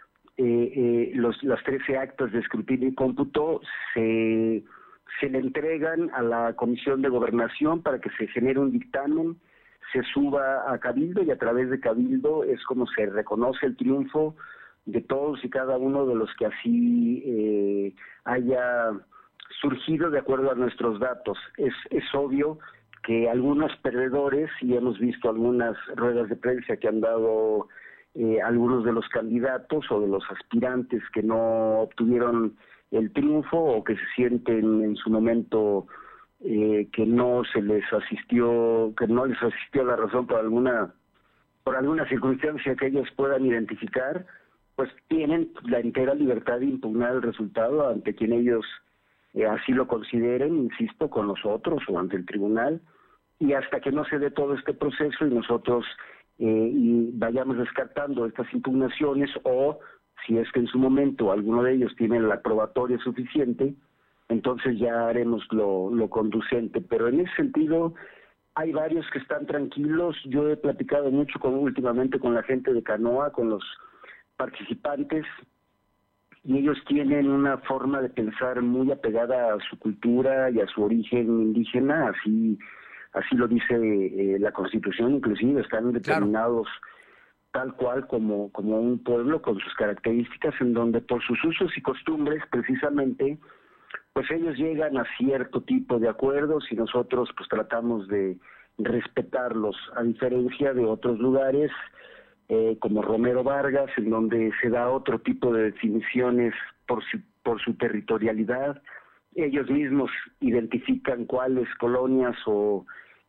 las 13 actas de escrutinio y cómputo, se le entregan a la Comisión de Gobernación para que se genere un dictamen, se suba a Cabildo y a través de Cabildo es como se reconoce el triunfo de todos y cada uno de los que así haya surgido de acuerdo a nuestros datos. Es obvio que algunos perdedores, y hemos visto algunas ruedas de prensa que han dado algunos de los candidatos o de los aspirantes que no obtuvieron el triunfo o que se sienten en su momento que no les asistió la razón por alguna circunstancia que ellos puedan identificar, pues tienen la entera libertad de impugnar el resultado ante quien ellos así lo consideren, insisto, con nosotros o ante el tribunal, y hasta que no se dé todo este proceso y nosotros y vayamos descartando estas impugnaciones, o si es que en su momento alguno de ellos tiene la probatoria suficiente, entonces ya haremos lo conducente. Pero en ese sentido hay varios que están tranquilos. Yo he platicado mucho últimamente con la gente de Canoa, con los participantes, y ellos tienen una forma de pensar muy apegada a su cultura y a su origen indígena, así lo dice la Constitución, inclusive están determinados tal cual como un pueblo con sus características, en donde por sus usos y costumbres precisamente pues ellos llegan a cierto tipo de acuerdos y nosotros pues tratamos de respetarlos, a diferencia de otros lugares como Romero Vargas, en donde se da otro tipo de definiciones por su territorialidad. Ellos mismos identifican cuáles colonias o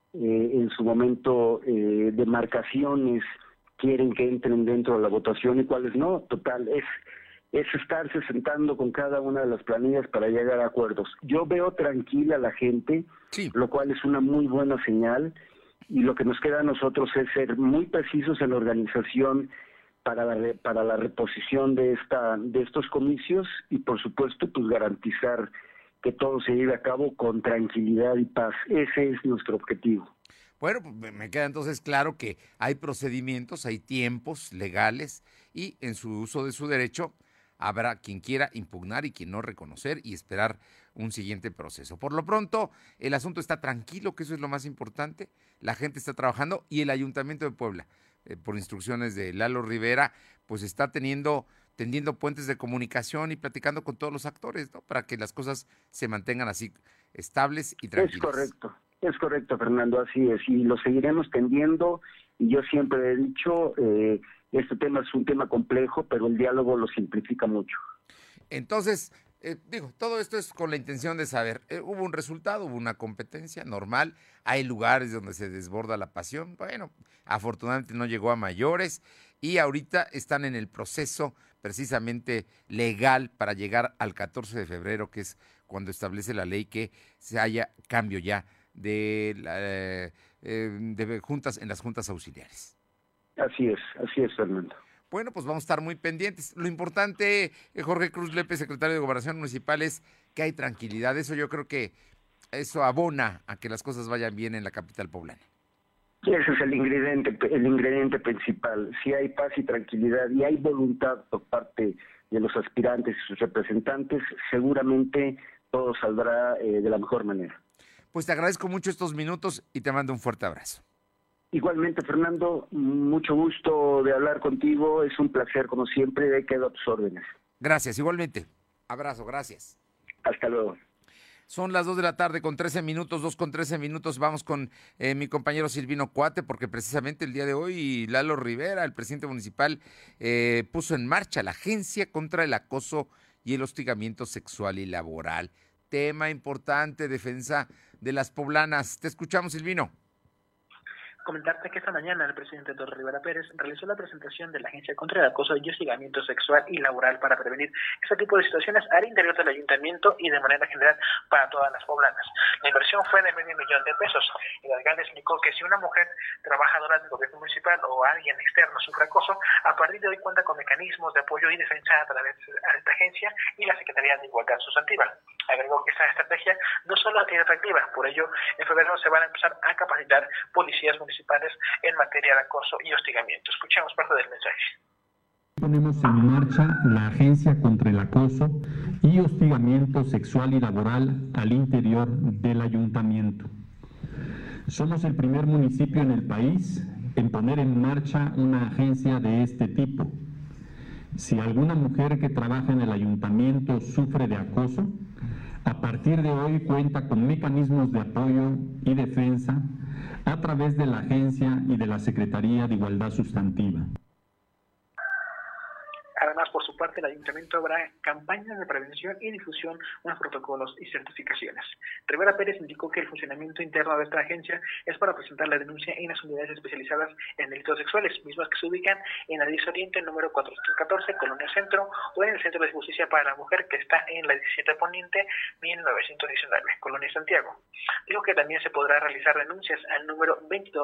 en su momento demarcaciones quieren que entren dentro de la votación y cuáles no. Total, es estarse sentando con cada una de las planillas para llegar a acuerdos. Yo veo tranquila a la gente, lo cual es una muy buena señal, y lo que nos queda a nosotros es ser muy precisos en la organización para la reposición de estos comicios y, por supuesto, pues garantizar que todo se lleve a cabo con tranquilidad y paz. Ese es nuestro objetivo. Bueno, pues me queda entonces claro que hay procedimientos, hay tiempos legales y en su uso de su derecho habrá quien quiera impugnar y quien no reconocer y esperar un siguiente proceso. Por lo pronto, el asunto está tranquilo, que eso es lo más importante. La gente está trabajando y el Ayuntamiento de Puebla, por instrucciones de Lalo Rivera, pues está tendiendo puentes de comunicación y platicando con todos los actores, ¿no? Para que las cosas se mantengan así estables y tranquilas. Es correcto, Fernando, así es, y lo seguiremos tendiendo, y yo siempre he dicho, este tema es un tema complejo, pero el diálogo lo simplifica mucho. Entonces, todo esto es con la intención de saber, hubo un resultado, hubo una competencia normal, hay lugares donde se desborda la pasión, bueno, afortunadamente no llegó a mayores, y ahorita están en el proceso precisamente legal para llegar al 14 de febrero, que es cuando establece la ley que se haya cambio ya de juntas en las juntas auxiliares. Así es, Fernando. Bueno, pues vamos a estar muy pendientes. Lo importante, Jorge Cruz Lepe, secretario de Gobernación Municipal, es que hay tranquilidad. Eso yo creo que eso abona a que las cosas vayan bien en la capital poblana. Ese es el ingrediente principal. Si hay paz y tranquilidad y hay voluntad por parte de los aspirantes y sus representantes, seguramente todo saldrá de la mejor manera. Pues te agradezco mucho estos minutos y te mando un fuerte abrazo. Igualmente, Fernando, mucho gusto de hablar contigo, es un placer como siempre, quedo a tus órdenes. Gracias, igualmente. Abrazo, gracias. Hasta luego. Son las 2 de la tarde con 13 minutos, 2:13 minutos. Vamos con mi compañero Silvino Cuate, porque precisamente el día de hoy Lalo Rivera, el presidente municipal, puso en marcha la Agencia contra el Acoso y el Hostigamiento Sexual y Laboral. Tema importante, defensa de las poblanas. Te escuchamos, Silvino. Comentarte que esta mañana el presidente Héctor Rivera Pérez realizó la presentación de la Agencia contra el Acoso y Hostigamiento Sexual y Laboral para prevenir este tipo de situaciones al interior del ayuntamiento y de manera general para todas las poblanas. La inversión fue de $500,000. El alcalde explicó que si una mujer trabajadora del gobierno municipal o alguien externo sufre acoso, a partir de hoy cuenta con mecanismos de apoyo y defensa a través de esta agencia y la Secretaría de Igualdad Sustantiva. Agregó que esta estrategia no solo es atractiva, por ello en febrero se van a empezar a capacitar policías municipales en materia de acoso y hostigamiento. Escuchemos parte del mensaje. Ponemos en marcha la Agencia contra el Acoso y Hostigamiento Sexual y Laboral al interior del ayuntamiento. Somos el primer municipio en el país en poner en marcha una agencia de este tipo. Si alguna mujer que trabaja en el ayuntamiento sufre de acoso, a partir de hoy cuenta con mecanismos de apoyo y defensa a través de la agencia y de la Secretaría de Igualdad Sustantiva. Además, por su parte, el ayuntamiento habrá campañas de prevención y difusión, unos protocolos y certificaciones. Rivera Pérez indicó que el funcionamiento interno de esta agencia es para presentar la denuncia en las unidades especializadas en delitos sexuales, mismas que se ubican en la 10 Oriente, número 414, Colonia Centro, o en el Centro de Justicia para la Mujer, que está en la 17 Poniente, 1919, Colonia Santiago. Dijo que también se podrá realizar denuncias al número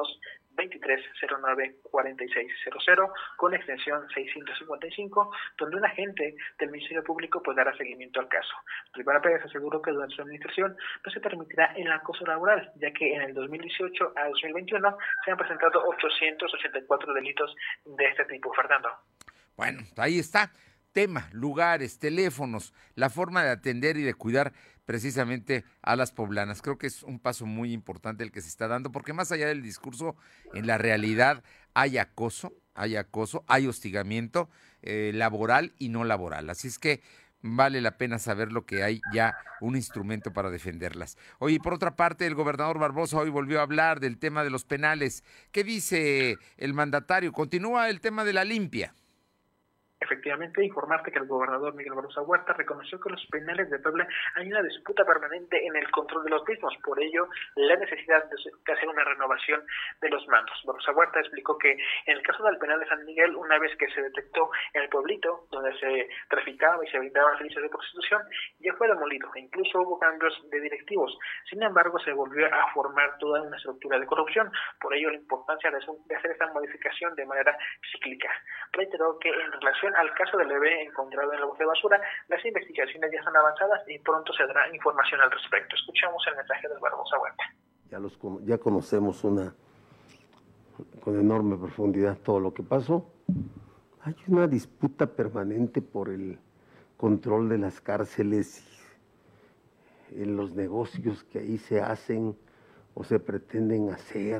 22-2309-4600, con extensión 655, donde un agente del Ministerio Público pues dará seguimiento al caso. Rivera Pérez aseguró que durante su administración no se permitirá el acoso laboral, ya que en el 2018 a 2021 se han presentado 884 delitos de este tipo. Fernando. Bueno, ahí está. Tema, lugares, teléfonos, la forma de atender y de cuidar precisamente a las poblanas. Creo que es un paso muy importante el que se está dando, porque más allá del discurso, en la realidad hay acoso, hay hostigamiento laboral y no laboral. Así es que vale la pena saber lo que hay ya un instrumento para defenderlas. Oye, por otra parte, el gobernador Barbosa hoy volvió a hablar del tema de los penales. ¿Qué dice el mandatario? Continúa el tema de la limpia. Efectivamente, informarte que el gobernador Miguel Barbosa Huerta reconoció que los penales de Puebla hay una disputa permanente en el control de los mismos, por ello la necesidad de hacer una renovación de los mandos. Barbosa Huerta explicó que en el caso del penal de San Miguel, una vez que se detectó en el pueblito donde se traficaba y se brindaban servicios de prostitución, ya fue demolido e incluso hubo cambios de directivos. Sin embargo, se volvió a formar toda una estructura de corrupción, por ello la importancia de hacer esta modificación de manera cíclica. Reiteró que en relación al caso del bebé encontrado en la bote de basura, las investigaciones ya están avanzadas y pronto se dará información al respecto. Escuchamos el mensaje del Barbosa Huerta. Ya conocemos con enorme profundidad todo lo que pasó. Hay una disputa permanente por el control de las cárceles, en los negocios que ahí se hacen o se pretenden hacer.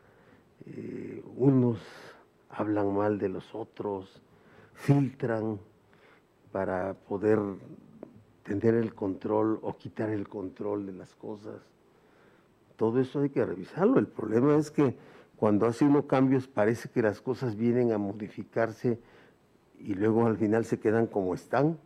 Unos hablan mal de los otros, filtran para poder tener el control o quitar el control de las cosas. Todo eso hay que revisarlo. El problema es que cuando hace uno cambios parece que las cosas vienen a modificarse y luego al final se quedan como están.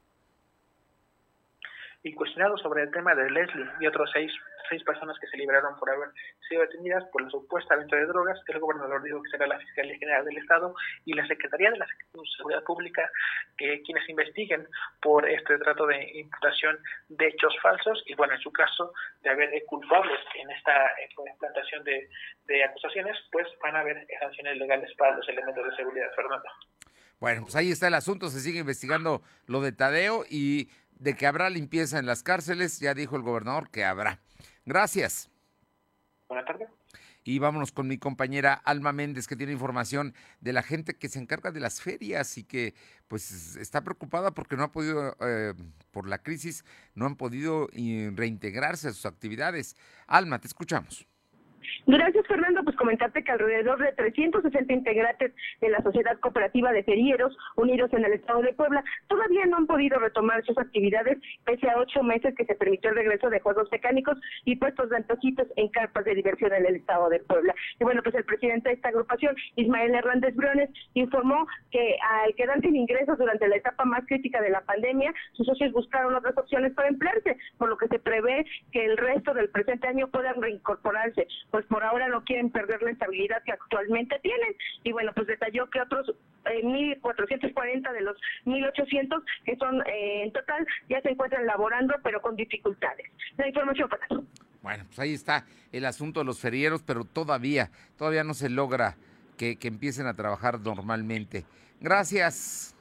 Y cuestionado sobre el tema de Leslie y otros seis personas que se liberaron por haber sido detenidas por la supuesta venta de drogas, el gobernador dijo que será la Fiscalía General del Estado y la Secretaría de la Seguridad Pública quienes investiguen por este trato de imputación de hechos falsos y, bueno, en su caso de haber culpables en esta plantación de acusaciones, pues van a haber sanciones legales para los elementos de seguridad. Fernando. Bueno, pues ahí está el asunto, se sigue investigando lo de Tadeo y de que habrá limpieza en las cárceles, ya dijo el gobernador que habrá. Gracias. Buenas tardes. Y vámonos con mi compañera Alma Méndez, que tiene información de la gente que se encarga de las ferias y que pues está preocupada porque no ha podido, por la crisis, no han podido reintegrarse a sus actividades. Alma, te escuchamos. Gracias, Fernando. Pues comentarte que alrededor de 360 integrantes de la Sociedad Cooperativa de Ferieros unidos en el Estado de Puebla todavía no han podido retomar sus actividades pese a 8 meses que se permitió el regreso de juegos mecánicos y puestos de antojitos en carpas de diversión en el Estado de Puebla. Y bueno, pues el presidente de esta agrupación, Ismael Hernández Briones, informó que al quedar sin ingresos durante la etapa más crítica de la pandemia, sus socios buscaron otras opciones para emplearse, por lo que se prevé que el resto del presente año puedan reincorporarse, pues por ahora no quieren perder la estabilidad que actualmente tienen. Y bueno, pues detalló que otros 1.440 de los 1.800 que son en total ya se encuentran laborando, pero con dificultades. La información para eso. Bueno, pues ahí está el asunto de los ferieros, pero todavía no se logra que empiecen a trabajar normalmente. Gracias.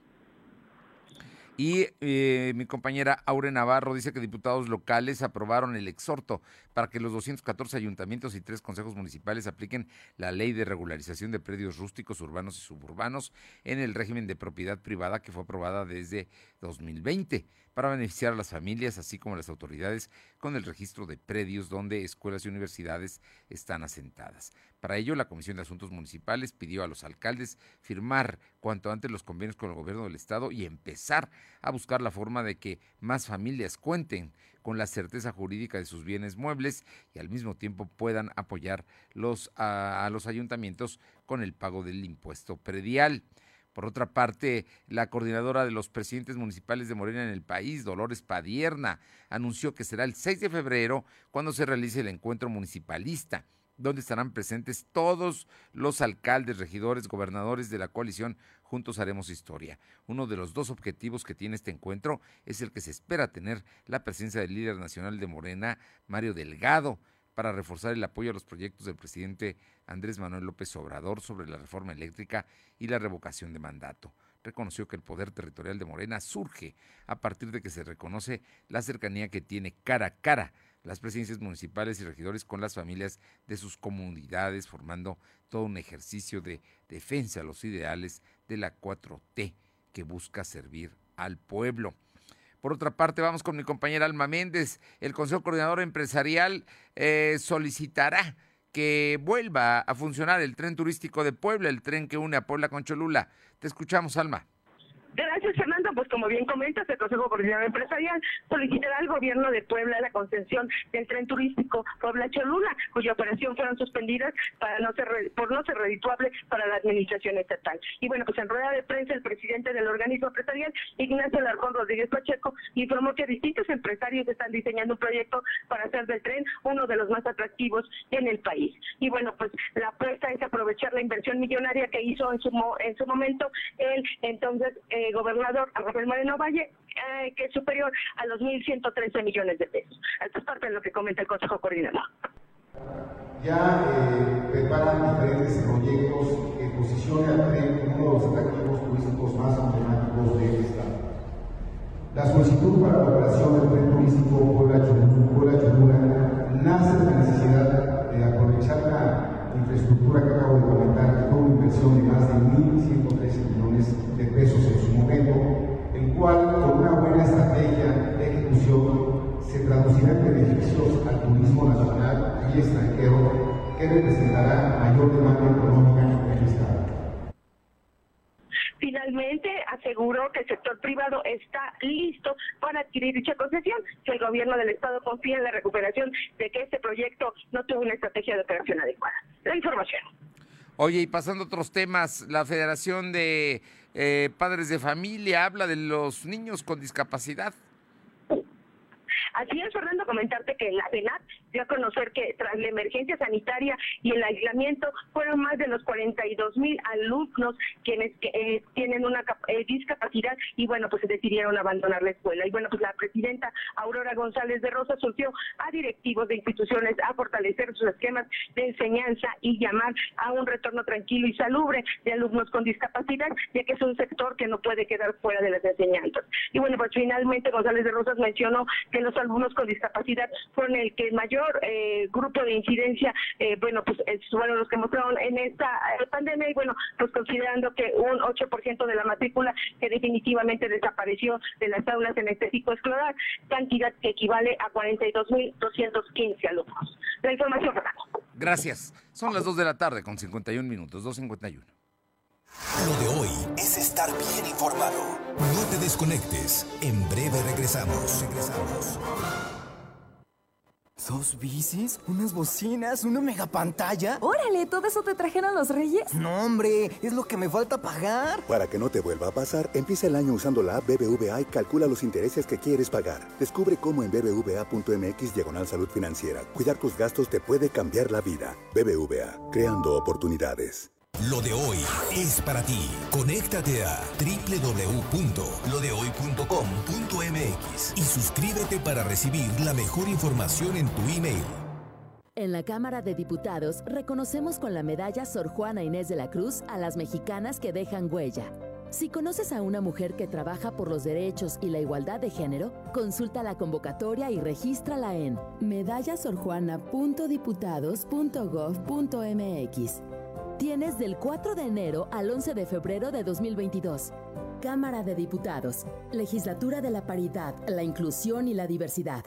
Y mi compañera Aure Navarro dice que diputados locales aprobaron el exhorto para que los 214 ayuntamientos y 3 consejos municipales apliquen la ley de regularización de predios rústicos, urbanos y suburbanos en el régimen de propiedad privada que fue aprobada desde 2020 para beneficiar a las familias, así como a las autoridades con el registro de predios donde escuelas y universidades están asentadas. Para ello, la Comisión de Asuntos Municipales pidió a los alcaldes firmar cuanto antes los convenios con el gobierno del estado y empezar a buscar la forma de que más familias cuenten con la certeza jurídica de sus bienes muebles y al mismo tiempo puedan apoyar a los ayuntamientos con el pago del impuesto predial. Por otra parte, la coordinadora de los presidentes municipales de Morena en el país, Dolores Padierna, anunció que será el 6 de febrero cuando se realice el encuentro municipalista, donde estarán presentes todos los alcaldes, regidores, gobernadores de la coalición Juntos Haremos Historia. Uno de los 2 objetivos que tiene este encuentro es el que se espera tener la presencia del líder nacional de Morena, Mario Delgado, para reforzar el apoyo a los proyectos del presidente Andrés Manuel López Obrador sobre la reforma eléctrica y la revocación de mandato. Reconoció que el poder territorial de Morena surge a partir de que se reconoce la cercanía que tiene cara a cara las presidencias municipales y regidores con las familias de sus comunidades, formando todo un ejercicio de defensa a los ideales de la 4T que busca servir al pueblo. Por otra parte, vamos con mi compañera Alma Méndez. El Consejo Coordinador Empresarial solicitará que vuelva a funcionar el tren turístico de Puebla, el tren que une a Puebla con Cholula. Te escuchamos, Alma. Gracias, Fernando. Pues como bien comentas, el Consejo Coordinador Empresarial solicitará al gobierno de Puebla la concesión del tren turístico Puebla-Cholula, cuya operación fueron suspendidas por no ser redituable para la administración estatal. Y bueno, pues en rueda de prensa, el presidente del organismo empresarial, Ignacio Alarcón Rodríguez Pacheco, informó que distintos empresarios están diseñando un proyecto para hacer del tren uno de los más atractivos en el país. Y bueno, pues la apuesta es aprovechar la inversión millonaria que hizo en su momento el entonces gobernador Rafael Moreno Valle, que es superior a los 1.113 millones de pesos. Esto es parte de lo que comenta el Consejo Coordinador. Ya preparan diferentes proyectos que posicionen al tren como uno de los atractivos turísticos más emblemáticos del estado. La solicitud para la operación del tren turístico Puebla-Cholula nace de la necesidad de aprovechar la infraestructura que acabo de comentar, que fue una inversión de más de 1.113 millones de pesos en su momento, el cual, con una buena estrategia de ejecución, se traducirá en beneficios al turismo nacional y extranjero, que representará mayor demanda económica en el estado. Finalmente, aseguró que el sector privado está listo para adquirir dicha concesión, que el gobierno del estado confía en la recuperación de que este proyecto no tuvo una estrategia de operación adecuada. La información. Oye, y pasando a otros temas, la Federación de Padres de Familia habla de los niños con discapacidad. Así es, Fernando, comentarte que la FENAT dio a conocer que tras la emergencia sanitaria y el aislamiento fueron más de los 42,000 alumnos quienes tienen una discapacidad y bueno, pues decidieron abandonar la escuela. Y bueno, pues la presidenta Aurora González de Rosa surgió a directivos de instituciones a fortalecer sus esquemas de enseñanza y llamar a un retorno tranquilo y salubre de alumnos con discapacidad, ya que es un sector que no puede quedar fuera de las enseñanzas. Y bueno, pues finalmente González de Rosas mencionó que los alumnos con discapacidad fueron el que mayor grupo de incidencia, bueno, pues fueron los que mostraron en esta pandemia y bueno, pues considerando que un 8% de la matrícula que definitivamente desapareció de las aulas en este ciclo escolar, cantidad que equivale a 42,215 alumnos. La información, Fernando. Gracias. Son las 2 de la tarde con 51 minutos, 2:51. Lo de hoy es estar bien informado. No te desconectes. En breve regresamos. ¿Dos bicis? ¿Unas bocinas? ¿Una megapantalla? ¡Órale! ¿Todo eso te trajeron los Reyes? No, hombre, es lo que me falta pagar. Para que no te vuelva a pasar, empieza el año usando la app BBVA y calcula los intereses que quieres pagar. Descubre cómo en bbva.mx/salud financiera. Cuidar tus gastos te puede cambiar la vida. BBVA, creando oportunidades. Lo de hoy es para ti. Conéctate a www.lodehoy.com.mx y suscríbete para recibir la mejor información en tu email. En la Cámara de Diputados reconocemos con la medalla Sor Juana Inés de la Cruz a las mexicanas que dejan huella. Si conoces a una mujer que trabaja por los derechos y la igualdad de género, consulta la convocatoria y regístrala en medallasorjuana.diputados.gov.mx. Tienes del 4 de enero al 11 de febrero de 2022. Cámara de Diputados, Legislatura de la Paridad, la Inclusión y la Diversidad.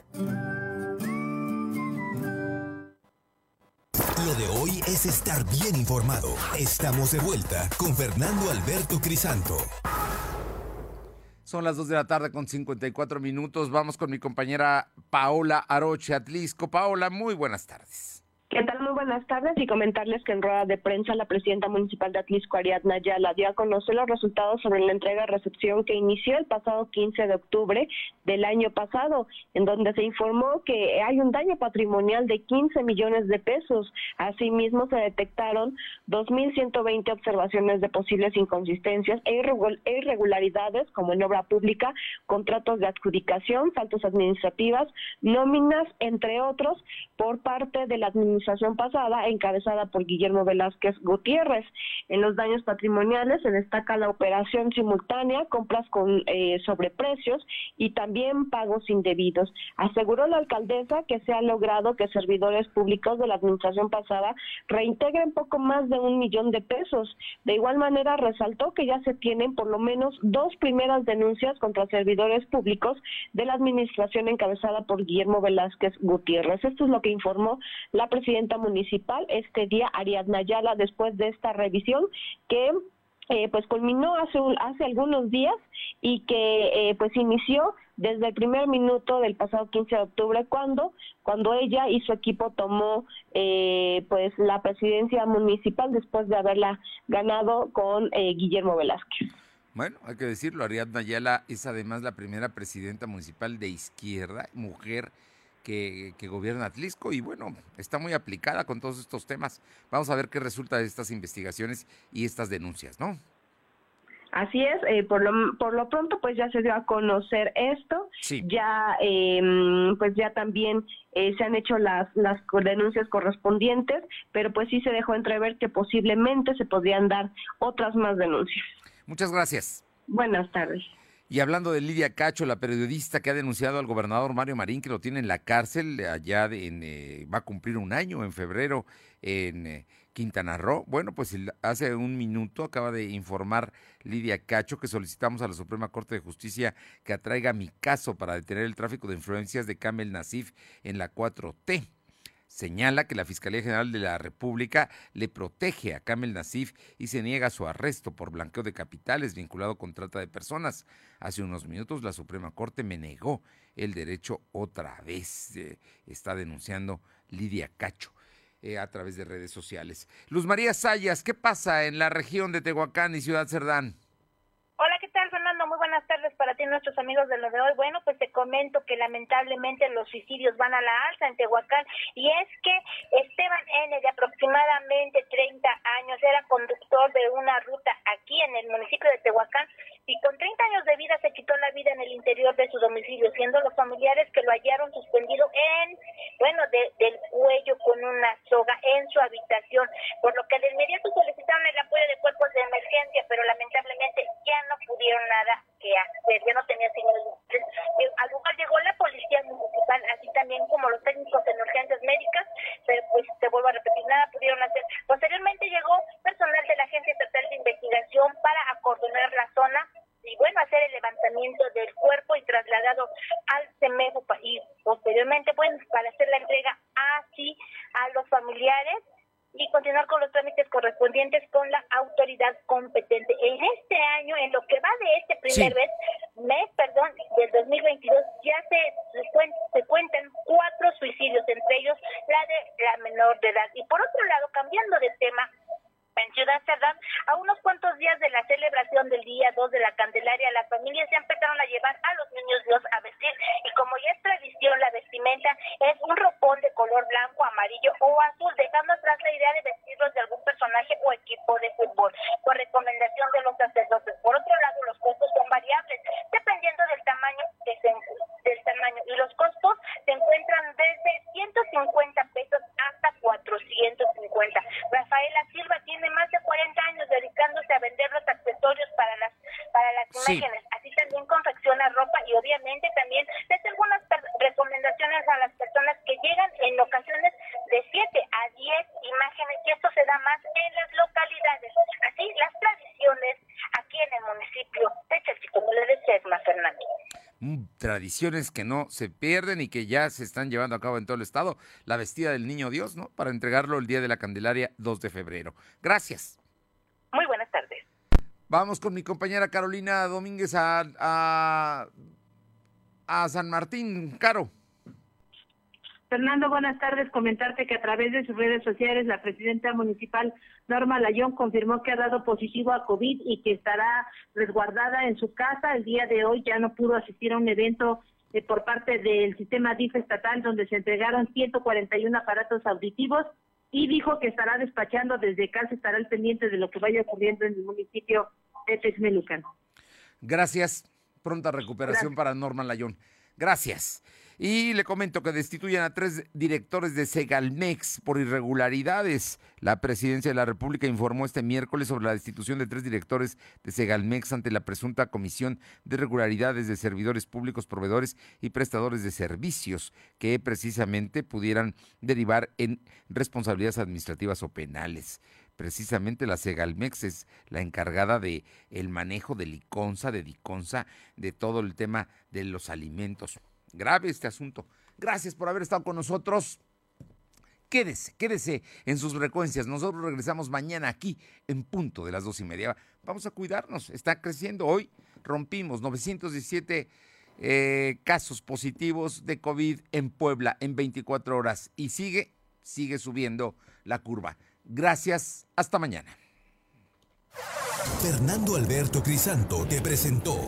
Lo de hoy es estar bien informado. Estamos de vuelta con Fernando Alberto Crisanto. Son las 2 de la tarde con 54 minutos. Vamos con mi compañera Paola Aroche Atlisco. Paola, muy buenas tardes. ¿Qué tal? Muy buenas tardes y comentarles que en rueda de prensa la presidenta municipal de Atlisco, Ariadna Ayala, dio a conocer los resultados sobre la entrega-recepción que inició el pasado 15 de octubre del año pasado, en donde se informó que hay un daño patrimonial de 15 millones de pesos. Asimismo, se detectaron 2.120 observaciones de posibles inconsistencias e irregularidades, como en obra pública, contratos de adjudicación, faltas administrativas, nóminas, entre otros, por parte de la administración administración pasada, encabezada por Guillermo Velázquez Gutiérrez. En los daños patrimoniales se destaca la operación simultánea, compras con sobreprecios y también pagos indebidos. Aseguró la alcaldesa que se ha logrado que servidores públicos de la administración pasada reintegren poco más de 1 millón de pesos. De igual manera, resaltó que ya se tienen por lo menos 2 primeras denuncias contra servidores públicos de la administración encabezada por Guillermo Velázquez Gutiérrez. Esto es lo que informó la presidenta municipal este día, Ariadna Ayala, después de esta revisión que pues culminó hace algunos días y que pues inició desde el primer minuto del pasado 15 de octubre cuando ella y su equipo tomó pues la presidencia municipal después de haberla ganado con Guillermo Velázquez. Bueno, hay que decirlo, Ariadna Ayala es además la primera presidenta municipal de izquierda, mujer que gobierna Atlixco y bueno, está muy aplicada con todos estos temas. Vamos a ver qué resulta de estas investigaciones y estas denuncias, ¿no? Así es, por lo pronto pues ya se dio a conocer esto, sí. Ya pues ya también se han hecho las denuncias correspondientes, pero pues sí se dejó entrever que posiblemente se podrían dar otras más denuncias. Muchas gracias. Buenas tardes. Y hablando de Lidia Cacho, la periodista que ha denunciado al gobernador Mario Marín, que lo tiene en la cárcel, allá va a cumplir 1 año en febrero en Quintana Roo. Bueno, pues hace un minuto acaba de informar Lidia Cacho que solicitamos a la Suprema Corte de Justicia que atraiga mi caso para detener el tráfico de influencias de Kamel Nasif en la 4T. Señala que la Fiscalía General de la República le protege a Kamel Nasif y se niega su arresto por blanqueo de capitales vinculado con trata de personas. Hace unos minutos la Suprema Corte me negó el derecho otra vez. Está denunciando Lidia Cacho a través de redes sociales. Luz María Sayas, ¿qué pasa en la región de Tehuacán y Ciudad Cerdán? Hola, ¿qué tal, Fernando? Muy buenas tardes para ti, nuestros amigos de lo de hoy. Bueno, pues te comento que lamentablemente los suicidios van a la alza en Tehuacán y es que Esteban N., de aproximadamente 30 años, era conductor de una ruta aquí en el municipio de Tehuacán y con 30 años de vida se quitó la vida en el interior de su domicilio, siendo los familiares que lo hallaron suspendido del cuello con una soga en su habitación, por lo que de inmediato solicitaron el apoyo de cuerpos de emergencia, pero lamentablemente ya no pudieron nada que hacer, ya no tenía señales. Al lugar llegó la policía municipal, así también como los técnicos en urgencias médicas, pero pues te vuelvo a repetir, nada pudieron hacer. Posteriormente llegó personal de la Agencia Estatal de Investigación para acordonar la zona y bueno, hacer el levantamiento del cuerpo y trasladado al CEMEFO y posteriormente, bueno, para hacer la entrega así a los familiares y continuar con los trámites correspondientes con la autoridad competente. En este año, en lo que va de este primer mes del 2022, ya se cuentan 4 suicidios, entre ellos la de la menor de edad. Y por otro lado, cambiando de tema, en Ciudad Cerdán, a unos cuantos días de la celebración del día 2 de la Candelaria, las familias ya empezaron a llevar a los niños Dios a vestir y como ya es tradición, la vestimenta es un ropón de color blanco, amarillo o azul, dejando atrás la idea de vestirlos de algún personaje o equipo de fútbol, por recomendación de los sacerdotes. Por otro lado, los costos son variables, dependiendo del tamaño y los costos se encuentran desde 150 pesos hasta 450. Rafaela Silva tiene más de 40 años dedicándose a vender los accesorios para las imágenes. Así también confecciona ropa y obviamente también les da algunas recomendaciones a las personas que llegan en ocasiones de 7 a 10 imágenes y esto se da más en las localidades. Así las tradiciones aquí en el municipio de Chalchicomuela de Sesma, Fernando. Tradiciones que no se pierden y que ya se están llevando a cabo en todo el estado. La vestida del Niño Dios, ¿no? Para entregarlo el día de la Candelaria 2 de febrero. Gracias. Muy buenas tardes. Vamos con mi compañera Carolina Domínguez a San Martín. Caro. Fernando, buenas tardes. Comentarte que a través de sus redes sociales la presidenta municipal Norma Layón confirmó que ha dado positivo a COVID y que estará resguardada en su casa. El día de hoy ya no pudo asistir a un evento por parte del sistema DIF estatal donde se entregaron 141 aparatos auditivos y dijo que estará despachando desde casa, estará al pendiente de lo que vaya ocurriendo en el municipio de Texmelucan. Gracias. Pronta recuperación para Norma Layón. Gracias. Y le comento que destituyen a 3 directores de Segalmex por irregularidades. La Presidencia de la República informó este miércoles sobre la destitución de 3 directores de Segalmex ante la presunta comisión de irregularidades de servidores públicos, proveedores y prestadores de servicios que precisamente pudieran derivar en responsabilidades administrativas o penales. Precisamente la Segalmex es la encargada de el manejo de Liconza, de todo el tema de los alimentos. Grave este asunto. Gracias por haber estado con nosotros. Quédese en sus frecuencias. Nosotros regresamos mañana aquí en punto de las 2:30. Vamos a cuidarnos. Está creciendo. Hoy rompimos 917 casos positivos de COVID en Puebla en 24 horas. Y sigue subiendo la curva. Gracias. Hasta mañana. Fernando Alberto Crisanto te presentó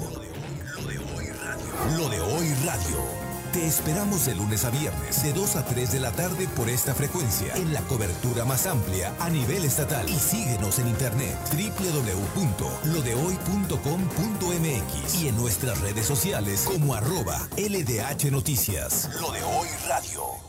Lo de Hoy Radio. Te esperamos de lunes a viernes, de 2 a 3 de la tarde por esta frecuencia, en la cobertura más amplia a nivel estatal. Y síguenos en internet, www.lodehoy.com.mx y en nuestras redes sociales como @LDH Noticias. Lo de Hoy Radio.